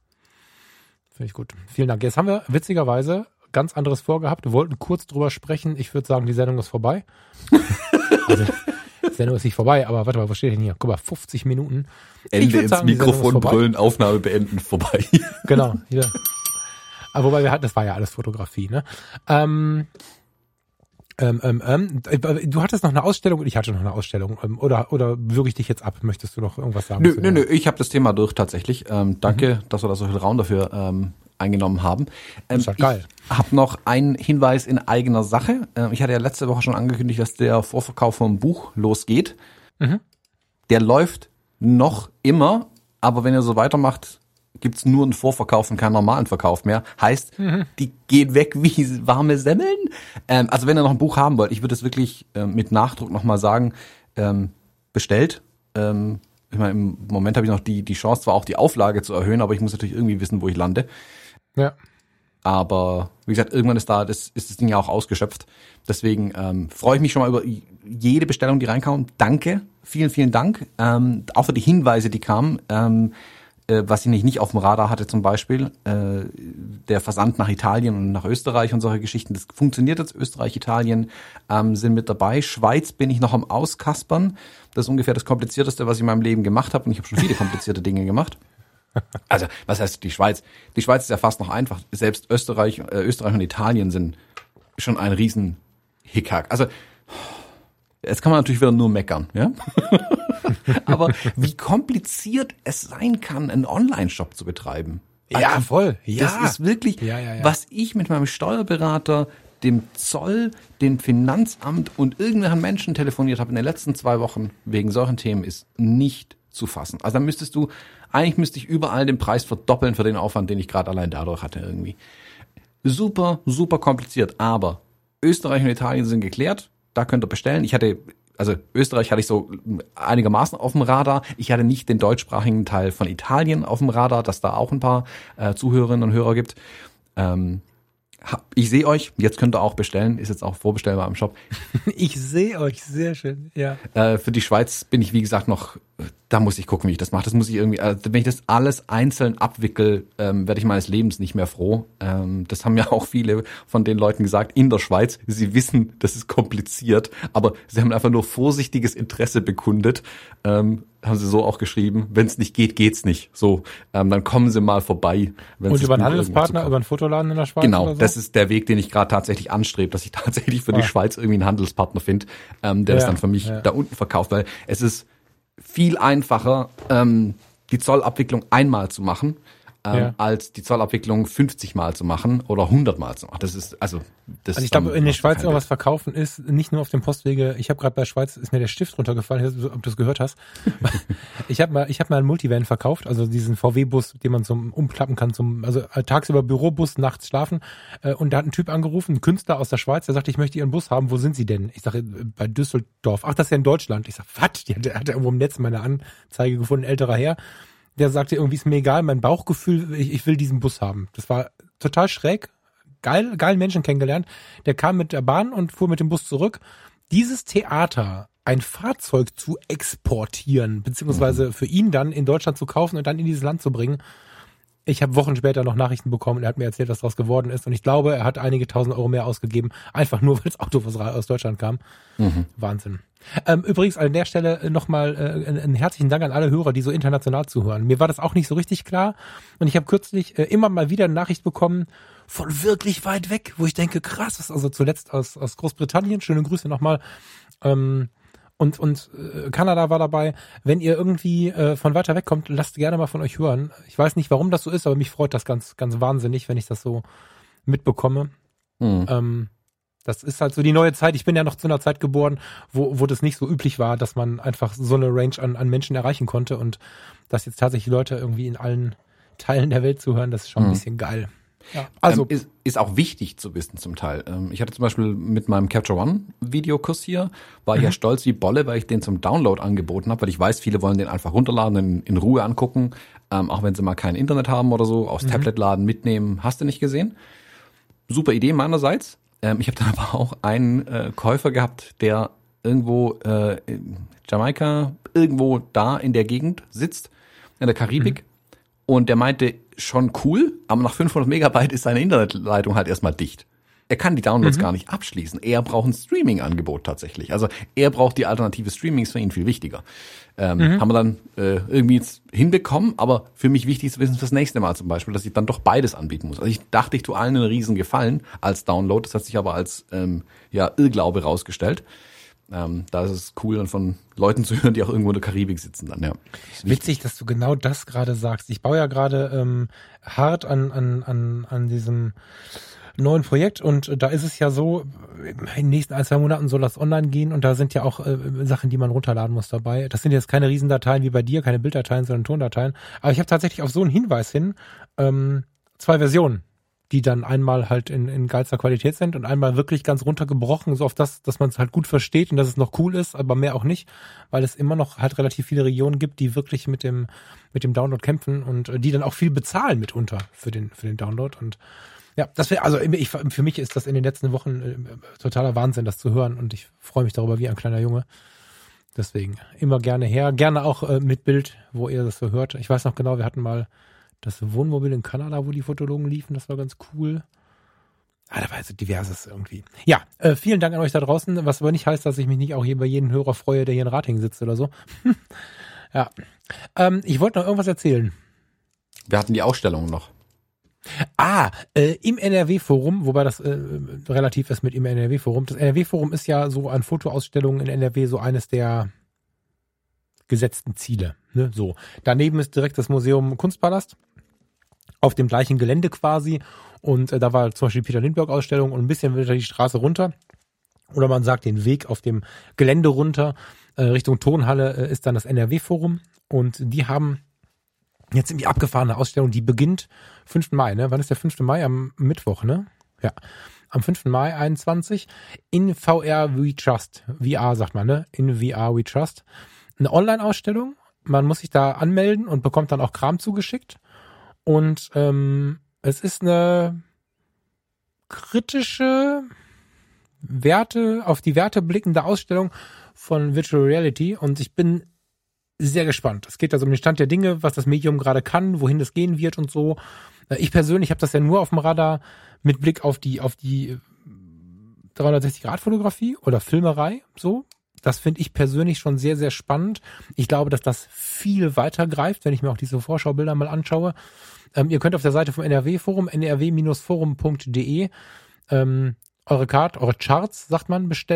Vielen Dank. Jetzt haben wir witzigerweise ganz anderes vorgehabt. Wir wollten kurz drüber sprechen. Ich würde sagen, die Sendung ist vorbei. Also, die Sendung ist nicht vorbei, aber warte mal, was steht denn hier? Guck mal, 50 Minuten. Ende ins Mikrofon brüllen, Aufnahme beenden, vorbei. Genau, hier. Aber wobei das war ja alles Fotografie, ne? Du hattest noch eine Ausstellung und ich hatte noch eine Ausstellung. Oder würge ich dich jetzt ab? Möchtest du noch irgendwas sagen? Nö, ich habe das Thema durch tatsächlich. Danke, dass wir da so viel Raum dafür eingenommen haben. Das ist halt geil. Ich habe noch einen Hinweis in eigener Sache. Ich hatte ja letzte Woche schon angekündigt, dass der Vorverkauf vom Buch losgeht. Mhm. Der läuft noch immer, aber wenn ihr so weitermacht, gibt's nur einen Vorverkauf und keinen normalen Verkauf mehr. Heißt, die gehen weg wie warme Semmeln. Also wenn ihr noch ein Buch haben wollt, ich würde es wirklich mit Nachdruck nochmal sagen, bestellt. Ich meine, im Moment habe ich noch die Chance, zwar auch die Auflage zu erhöhen, aber ich muss natürlich irgendwie wissen, wo ich lande. Ja. Aber wie gesagt, irgendwann ist das Ding ja auch ausgeschöpft. Deswegen freue ich mich schon mal über jede Bestellung, die reinkommt. Danke, vielen, vielen Dank. Auch für die Hinweise, die kamen. Was ich nicht auf dem Radar hatte zum Beispiel, der Versand nach Italien und nach Österreich und solche Geschichten, das funktioniert jetzt. Österreich, Italien sind mit dabei. Schweiz bin ich noch am Auskaspern. Das ist ungefähr das Komplizierteste, was ich in meinem Leben gemacht habe und ich habe schon viele komplizierte Dinge gemacht. Also, was heißt die Schweiz? Die Schweiz ist ja fast noch einfach. Selbst Österreich und Italien sind schon ein riesen Hickhack. Also, jetzt kann man natürlich wieder nur meckern, ja? Aber wie kompliziert es sein kann, einen Online-Shop zu betreiben. Ja, voll. Ja. Das ist wirklich, was ich mit meinem Steuerberater, dem Zoll, dem Finanzamt und irgendwelchen Menschen telefoniert habe in den letzten 2 Wochen wegen solchen Themen, ist nicht zu fassen. Also dann eigentlich müsste ich überall den Preis verdoppeln für den Aufwand, den ich gerade allein dadurch hatte irgendwie. Super, super kompliziert. Aber Österreich und Italien sind geklärt. Da könnt ihr bestellen. Österreich hatte ich so einigermaßen auf dem Radar. Ich hatte nicht den deutschsprachigen Teil von Italien auf dem Radar, dass da auch ein paar Zuhörerinnen und Hörer gibt. Ich sehe euch, jetzt könnt ihr auch bestellen, ist jetzt auch vorbestellbar im Shop. Ich sehe euch, sehr schön, ja. Für die Schweiz bin ich, wie gesagt, noch, da muss ich gucken, wie ich das mache. Das muss ich irgendwie, wenn ich das alles einzeln abwickel, werde ich meines Lebens nicht mehr froh. Das haben ja auch viele von den Leuten gesagt in der Schweiz. Sie wissen, das ist kompliziert, aber sie haben einfach nur vorsichtiges Interesse bekundet. Haben sie so auch geschrieben, wenn es nicht geht, geht's nicht. So, dann kommen sie mal vorbei. Und über einen Handelspartner, über einen Fotoladen in der Schweiz? Genau, oder so? das ist der Weg, den ich gerade tatsächlich anstrebe, dass ich tatsächlich für die Schweiz irgendwie einen Handelspartner finde, der das dann für mich da unten verkauft, weil es ist viel einfacher, die Zollabwicklung einmal zu machen, als die Zollabwicklung 50 Mal zu machen oder 100 Mal zu machen. Das ist, also ich glaube, in der Schweiz irgendwas verkaufen ist nicht nur auf dem Postwege. Ich habe gerade bei Schweiz, ist mir der Stift runtergefallen, ich weiß nicht, ob du es gehört hast. Ich habe mal einen Multivan verkauft, also diesen VW-Bus, den man zum umklappen kann, also tagsüber Bürobus, nachts schlafen. Und da hat ein Typ angerufen, ein Künstler aus der Schweiz, der sagte, ich möchte Ihren Bus haben, wo sind Sie denn? Ich sage, bei Düsseldorf. Ach, das ist ja in Deutschland. Ich sage, was? Der hat irgendwo im Netz meine Anzeige gefunden, ein älterer Herr. Der sagte, irgendwie ist mir egal, mein Bauchgefühl, ich will diesen Bus haben. Das war total schräg, geilen Menschen kennengelernt. Der kam mit der Bahn und fuhr mit dem Bus zurück. Dieses Theater, ein Fahrzeug zu exportieren, beziehungsweise für ihn dann in Deutschland zu kaufen und dann in dieses Land zu bringen. Ich habe Wochen später noch Nachrichten bekommen, er hat mir erzählt, was daraus geworden ist. Und ich glaube, er hat einige 1.000 Euro mehr ausgegeben, einfach nur, weil das Auto aus Deutschland kam. Wahnsinn. Übrigens an der Stelle nochmal einen herzlichen Dank an alle Hörer, die so international zuhören. Mir war das auch nicht so richtig klar. Und ich habe kürzlich immer mal wieder eine Nachricht bekommen von wirklich weit weg, wo ich denke, krass, was also zuletzt aus Großbritannien. Schöne Grüße nochmal. Und Kanada war dabei. Wenn ihr irgendwie von weiter weg kommt, lasst gerne mal von euch hören. Ich weiß nicht, warum das so ist, aber mich freut das ganz, ganz wahnsinnig, wenn ich das so mitbekomme. Das ist halt so die neue Zeit. Ich bin ja noch zu einer Zeit geboren, wo das nicht so üblich war, dass man einfach so eine Range an Menschen erreichen konnte. Und dass jetzt tatsächlich Leute irgendwie in allen Teilen der Welt zuhören, das ist schon ein bisschen geil. Ja, also ist auch wichtig zu wissen zum Teil. Ich hatte zum Beispiel mit meinem Capture One Videokurs hier, war ich ja stolz wie Bolle, weil ich den zum Download angeboten habe, weil ich weiß, viele wollen den einfach runterladen, in Ruhe angucken, auch wenn sie mal kein Internet haben oder so, aufs Tablet laden, mitnehmen, hast du nicht gesehen. Super Idee meinerseits. Ich habe dann aber auch einen Käufer gehabt, der irgendwo in Jamaika, irgendwo da in der Gegend sitzt, in der Karibik. Und der meinte, schon cool, aber nach 500 Megabyte ist seine Internetleitung halt erstmal dicht. Er kann die Downloads gar nicht abschließen. Er braucht ein Streaming-Angebot tatsächlich. Also er braucht die alternative Streamings, für ihn viel wichtiger. Haben wir dann irgendwie jetzt hinbekommen, aber für mich wichtig zu wissen fürs nächste Mal zum Beispiel, dass ich dann doch beides anbieten muss. Also ich dachte, ich tue allen einen riesen Gefallen als Download. Das hat sich aber als Irrglaube rausgestellt. Da ist es cool, dann von Leuten zu hören, die auch irgendwo in der Karibik sitzen dann, ja. Witzig, dass du genau das gerade sagst. Ich baue ja gerade hart an diesem neuen Projekt und da ist es ja so, in den nächsten 1-2 Monaten soll das online gehen und da sind ja auch Sachen, die man runterladen muss dabei. Das sind jetzt keine Riesendateien wie bei dir, keine Bilddateien, sondern Tondateien. Aber ich habe tatsächlich auf so einen Hinweis hin 2 Versionen, die dann einmal halt in geilster Qualität sind und einmal wirklich ganz runtergebrochen, so auf das, dass man es halt gut versteht und dass es noch cool ist, aber mehr auch nicht, weil es immer noch halt relativ viele Regionen gibt, die wirklich mit dem Download kämpfen und die dann auch viel bezahlen mitunter für den Download und ja, das wäre, also für mich ist das in den letzten Wochen totaler Wahnsinn, das zu hören und ich freue mich darüber wie ein kleiner Junge. Deswegen immer gerne her, gerne auch mit Bild, wo ihr das so hört. Ich weiß noch genau, wir hatten mal das Wohnmobil in Kanada, wo die Fotologen liefen, das war ganz cool. Da war also diverses irgendwie. Ja, vielen Dank an euch da draußen, was aber nicht heißt, dass ich mich nicht auch hier bei jedem Hörer freue, der hier in Ratingen sitzt oder so. Ja, ich wollte noch irgendwas erzählen. Wir hatten die Ausstellung noch. Im NRW-Forum, wobei das relativ ist mit im NRW-Forum. Das NRW-Forum ist ja so an Fotoausstellungen in NRW so eines der gesetzten Ziele. Ne? So. Daneben ist direkt das Museum Kunstpalast. Auf dem gleichen Gelände quasi. Und da war zum Beispiel die Peter Lindbergh-Ausstellung und ein bisschen wieder die Straße runter. Oder man sagt den Weg auf dem Gelände runter. Richtung Turnhalle ist dann das NRW-Forum. Und die haben jetzt irgendwie abgefahrene Ausstellung, die beginnt 5. Mai, ne? Wann ist der 5. Mai? Am Mittwoch, ne? Ja. Am 5. Mai 21 in VR We Trust. VR sagt man, ne? In VR We Trust. Eine Online-Ausstellung. Man muss sich da anmelden und bekommt dann auch Kram zugeschickt. Und es ist eine kritische auf die Werte blickende Ausstellung von Virtual Reality und ich bin sehr gespannt. Es geht also um den Stand der Dinge, was das Medium gerade kann, wohin das gehen wird und so. Ich persönlich habe das ja nur auf dem Radar mit Blick auf die 360-Grad-Fotografie oder Filmerei, so. Das finde ich persönlich schon sehr, sehr spannend. Ich glaube, dass das viel weiter greift, wenn ich mir auch diese Vorschaubilder mal anschaue. Ihr könnt auf der Seite vom NRW-Forum, nrw-forum.de, eure Charts, sagt man, bestellen.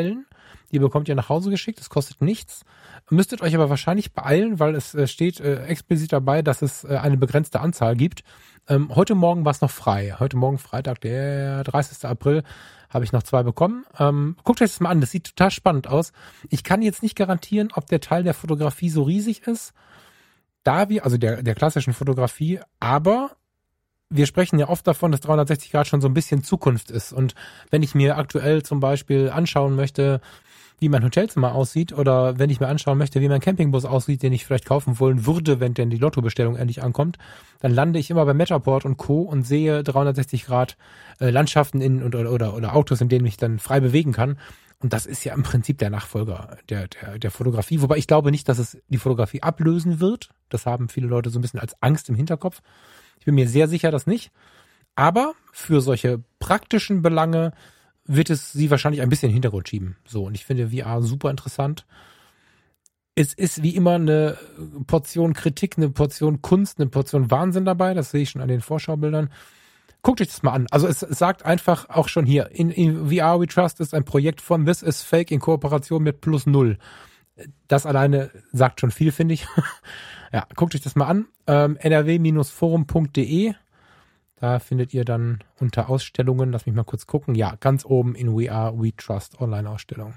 Die bekommt ihr nach Hause geschickt, es kostet nichts. Müsstet euch aber wahrscheinlich beeilen, weil es steht explizit dabei, dass es eine begrenzte Anzahl gibt. Heute Morgen war es noch frei. Heute Morgen, Freitag, der 30. April, habe ich noch 2 bekommen. Guckt euch das mal an, das sieht total spannend aus. Ich kann jetzt nicht garantieren, ob der Teil der Fotografie so riesig ist, also der klassischen Fotografie, aber wir sprechen ja oft davon, dass 360 Grad schon so ein bisschen Zukunft ist. Und wenn ich mir aktuell zum Beispiel anschauen möchte, wie mein Hotelzimmer aussieht, oder wenn ich mir anschauen möchte, wie mein Campingbus aussieht, den ich vielleicht kaufen wollen würde, wenn denn die Lottobestellung endlich ankommt, dann lande ich immer bei Matterport und Co. und sehe 360 Grad Landschaften oder Autos, in denen ich dann frei bewegen kann. Und das ist ja im Prinzip der Nachfolger der Fotografie. Wobei ich glaube nicht, dass es die Fotografie ablösen wird. Das haben viele Leute so ein bisschen als Angst im Hinterkopf. Ich bin mir sehr sicher, dass nicht. Aber für solche praktischen Belange wird es sie wahrscheinlich ein bisschen in den Hintergrund schieben. So, und ich finde VR super interessant. Es ist wie immer eine Portion Kritik, eine Portion Kunst, eine Portion Wahnsinn dabei. Das sehe ich schon an den Vorschaubildern. Guckt euch das mal an. Also es sagt einfach auch schon hier, in VR We Trust ist ein Projekt von This is Fake in Kooperation mit +0. Das alleine sagt schon viel, finde ich. Ja, guckt euch das mal an. nrw-forum.de. Da findet ihr dann unter Ausstellungen, lass mich mal kurz gucken, ja, ganz oben in VR We Trust Online-Ausstellung.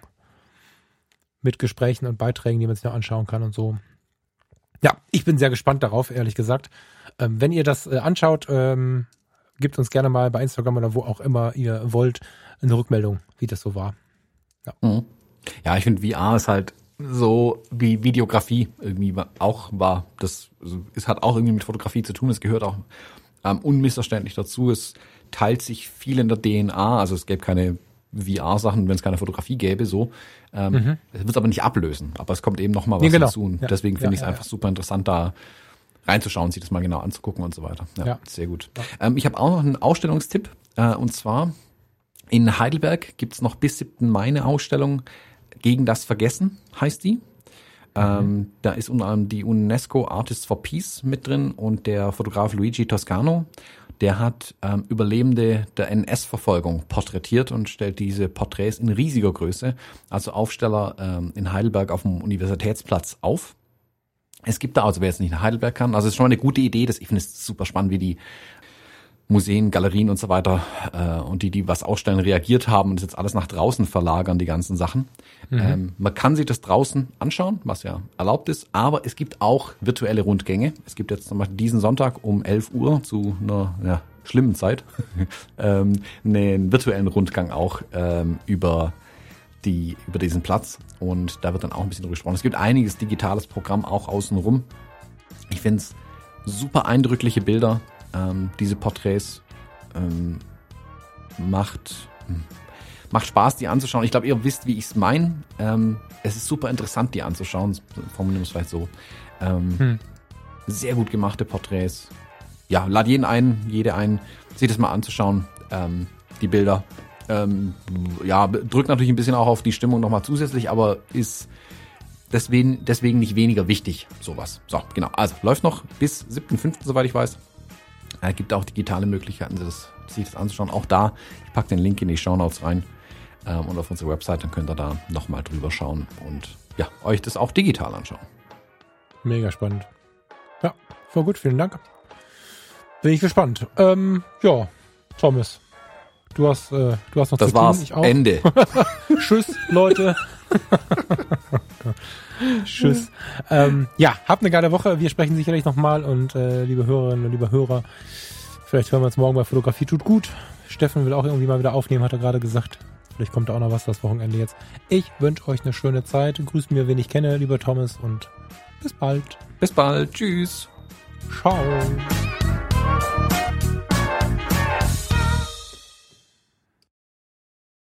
Mit Gesprächen und Beiträgen, die man sich noch anschauen kann und so. Ja, ich bin sehr gespannt darauf, ehrlich gesagt. Wenn ihr das anschaut, gebt uns gerne mal bei Instagram oder wo auch immer ihr wollt eine Rückmeldung, wie das so war. Ja, ja, ich finde VR ist halt so wie Videografie irgendwie auch war. Das hat auch irgendwie mit Fotografie zu tun. Es gehört auch unmissverständlich dazu. Es teilt sich viel in der DNA. Also es gäbe keine VR-Sachen, wenn es keine Fotografie gäbe. So, es wird es aber nicht ablösen. Aber es kommt eben noch mal was dazu. Und deswegen finde ich es einfach super interessant, da reinzuschauen, sich das mal genau anzugucken und so weiter. Ja. Sehr gut. Ja. Ich habe auch noch einen Ausstellungstipp. Und zwar in Heidelberg gibt's noch bis 7. Mai eine Ausstellung Gegen das Vergessen, heißt die. Da ist unter anderem die UNESCO Artists for Peace mit drin und der Fotograf Luigi Toscano. Der hat Überlebende der NS-Verfolgung porträtiert und stellt diese Porträts in riesiger Größe, also Aufsteller in Heidelberg auf dem Universitätsplatz auf. Es gibt da, also wer jetzt nicht nach Heidelberg kann, also es ist schon eine gute Idee, ich finde es super spannend, wie die Museen, Galerien und so weiter und die was ausstellen, reagiert haben und das jetzt alles nach draußen verlagern, die ganzen Sachen. Man kann sich das draußen anschauen, was ja erlaubt ist, aber es gibt auch virtuelle Rundgänge. Es gibt jetzt zum Beispiel diesen Sonntag um 11 Uhr zu einer schlimmen Zeit einen virtuellen Rundgang auch über diesen Platz und da wird dann auch ein bisschen drüber gesprochen. Es gibt einiges digitales Programm auch außenrum. Ich finde es super eindrückliche Bilder. Diese Porträts macht Spaß, die anzuschauen. Ich glaube, ihr wisst, wie ich es meine. Es ist super interessant, die anzuschauen. Formulieren wir es vielleicht so. Sehr gut gemachte Porträts. Ja, lad jede ein, sich das mal anzuschauen. Die Bilder. Drückt natürlich ein bisschen auch auf die Stimmung nochmal zusätzlich, aber ist deswegen nicht weniger wichtig, sowas. So, genau. Also, läuft noch bis 7.5., soweit ich weiß. Gibt auch digitale Möglichkeiten, sich das anzuschauen. Auch da, ich packe den Link in die Shownotes rein und auf unsere Website, dann könnt ihr da nochmal drüber schauen und ja, euch das auch digital anschauen. Mega spannend. Ja, voll gut, vielen Dank. Bin ich gespannt. Ja, Thomas, du hast noch das zu tun. War's. Ich auch. Ende. Tschüss, Leute. Tschüss. Habt eine geile Woche. Wir sprechen sicherlich nochmal und liebe Hörerinnen und liebe Hörer, vielleicht hören wir uns morgen bei Fotografie tut gut. Steffen will auch irgendwie mal wieder aufnehmen, hat er gerade gesagt. Vielleicht kommt da auch noch was das Wochenende jetzt. Ich wünsche euch eine schöne Zeit. Grüßt mir, wen ich kenne, lieber Thomas, und bis bald. Bis bald. Tschüss. Ciao.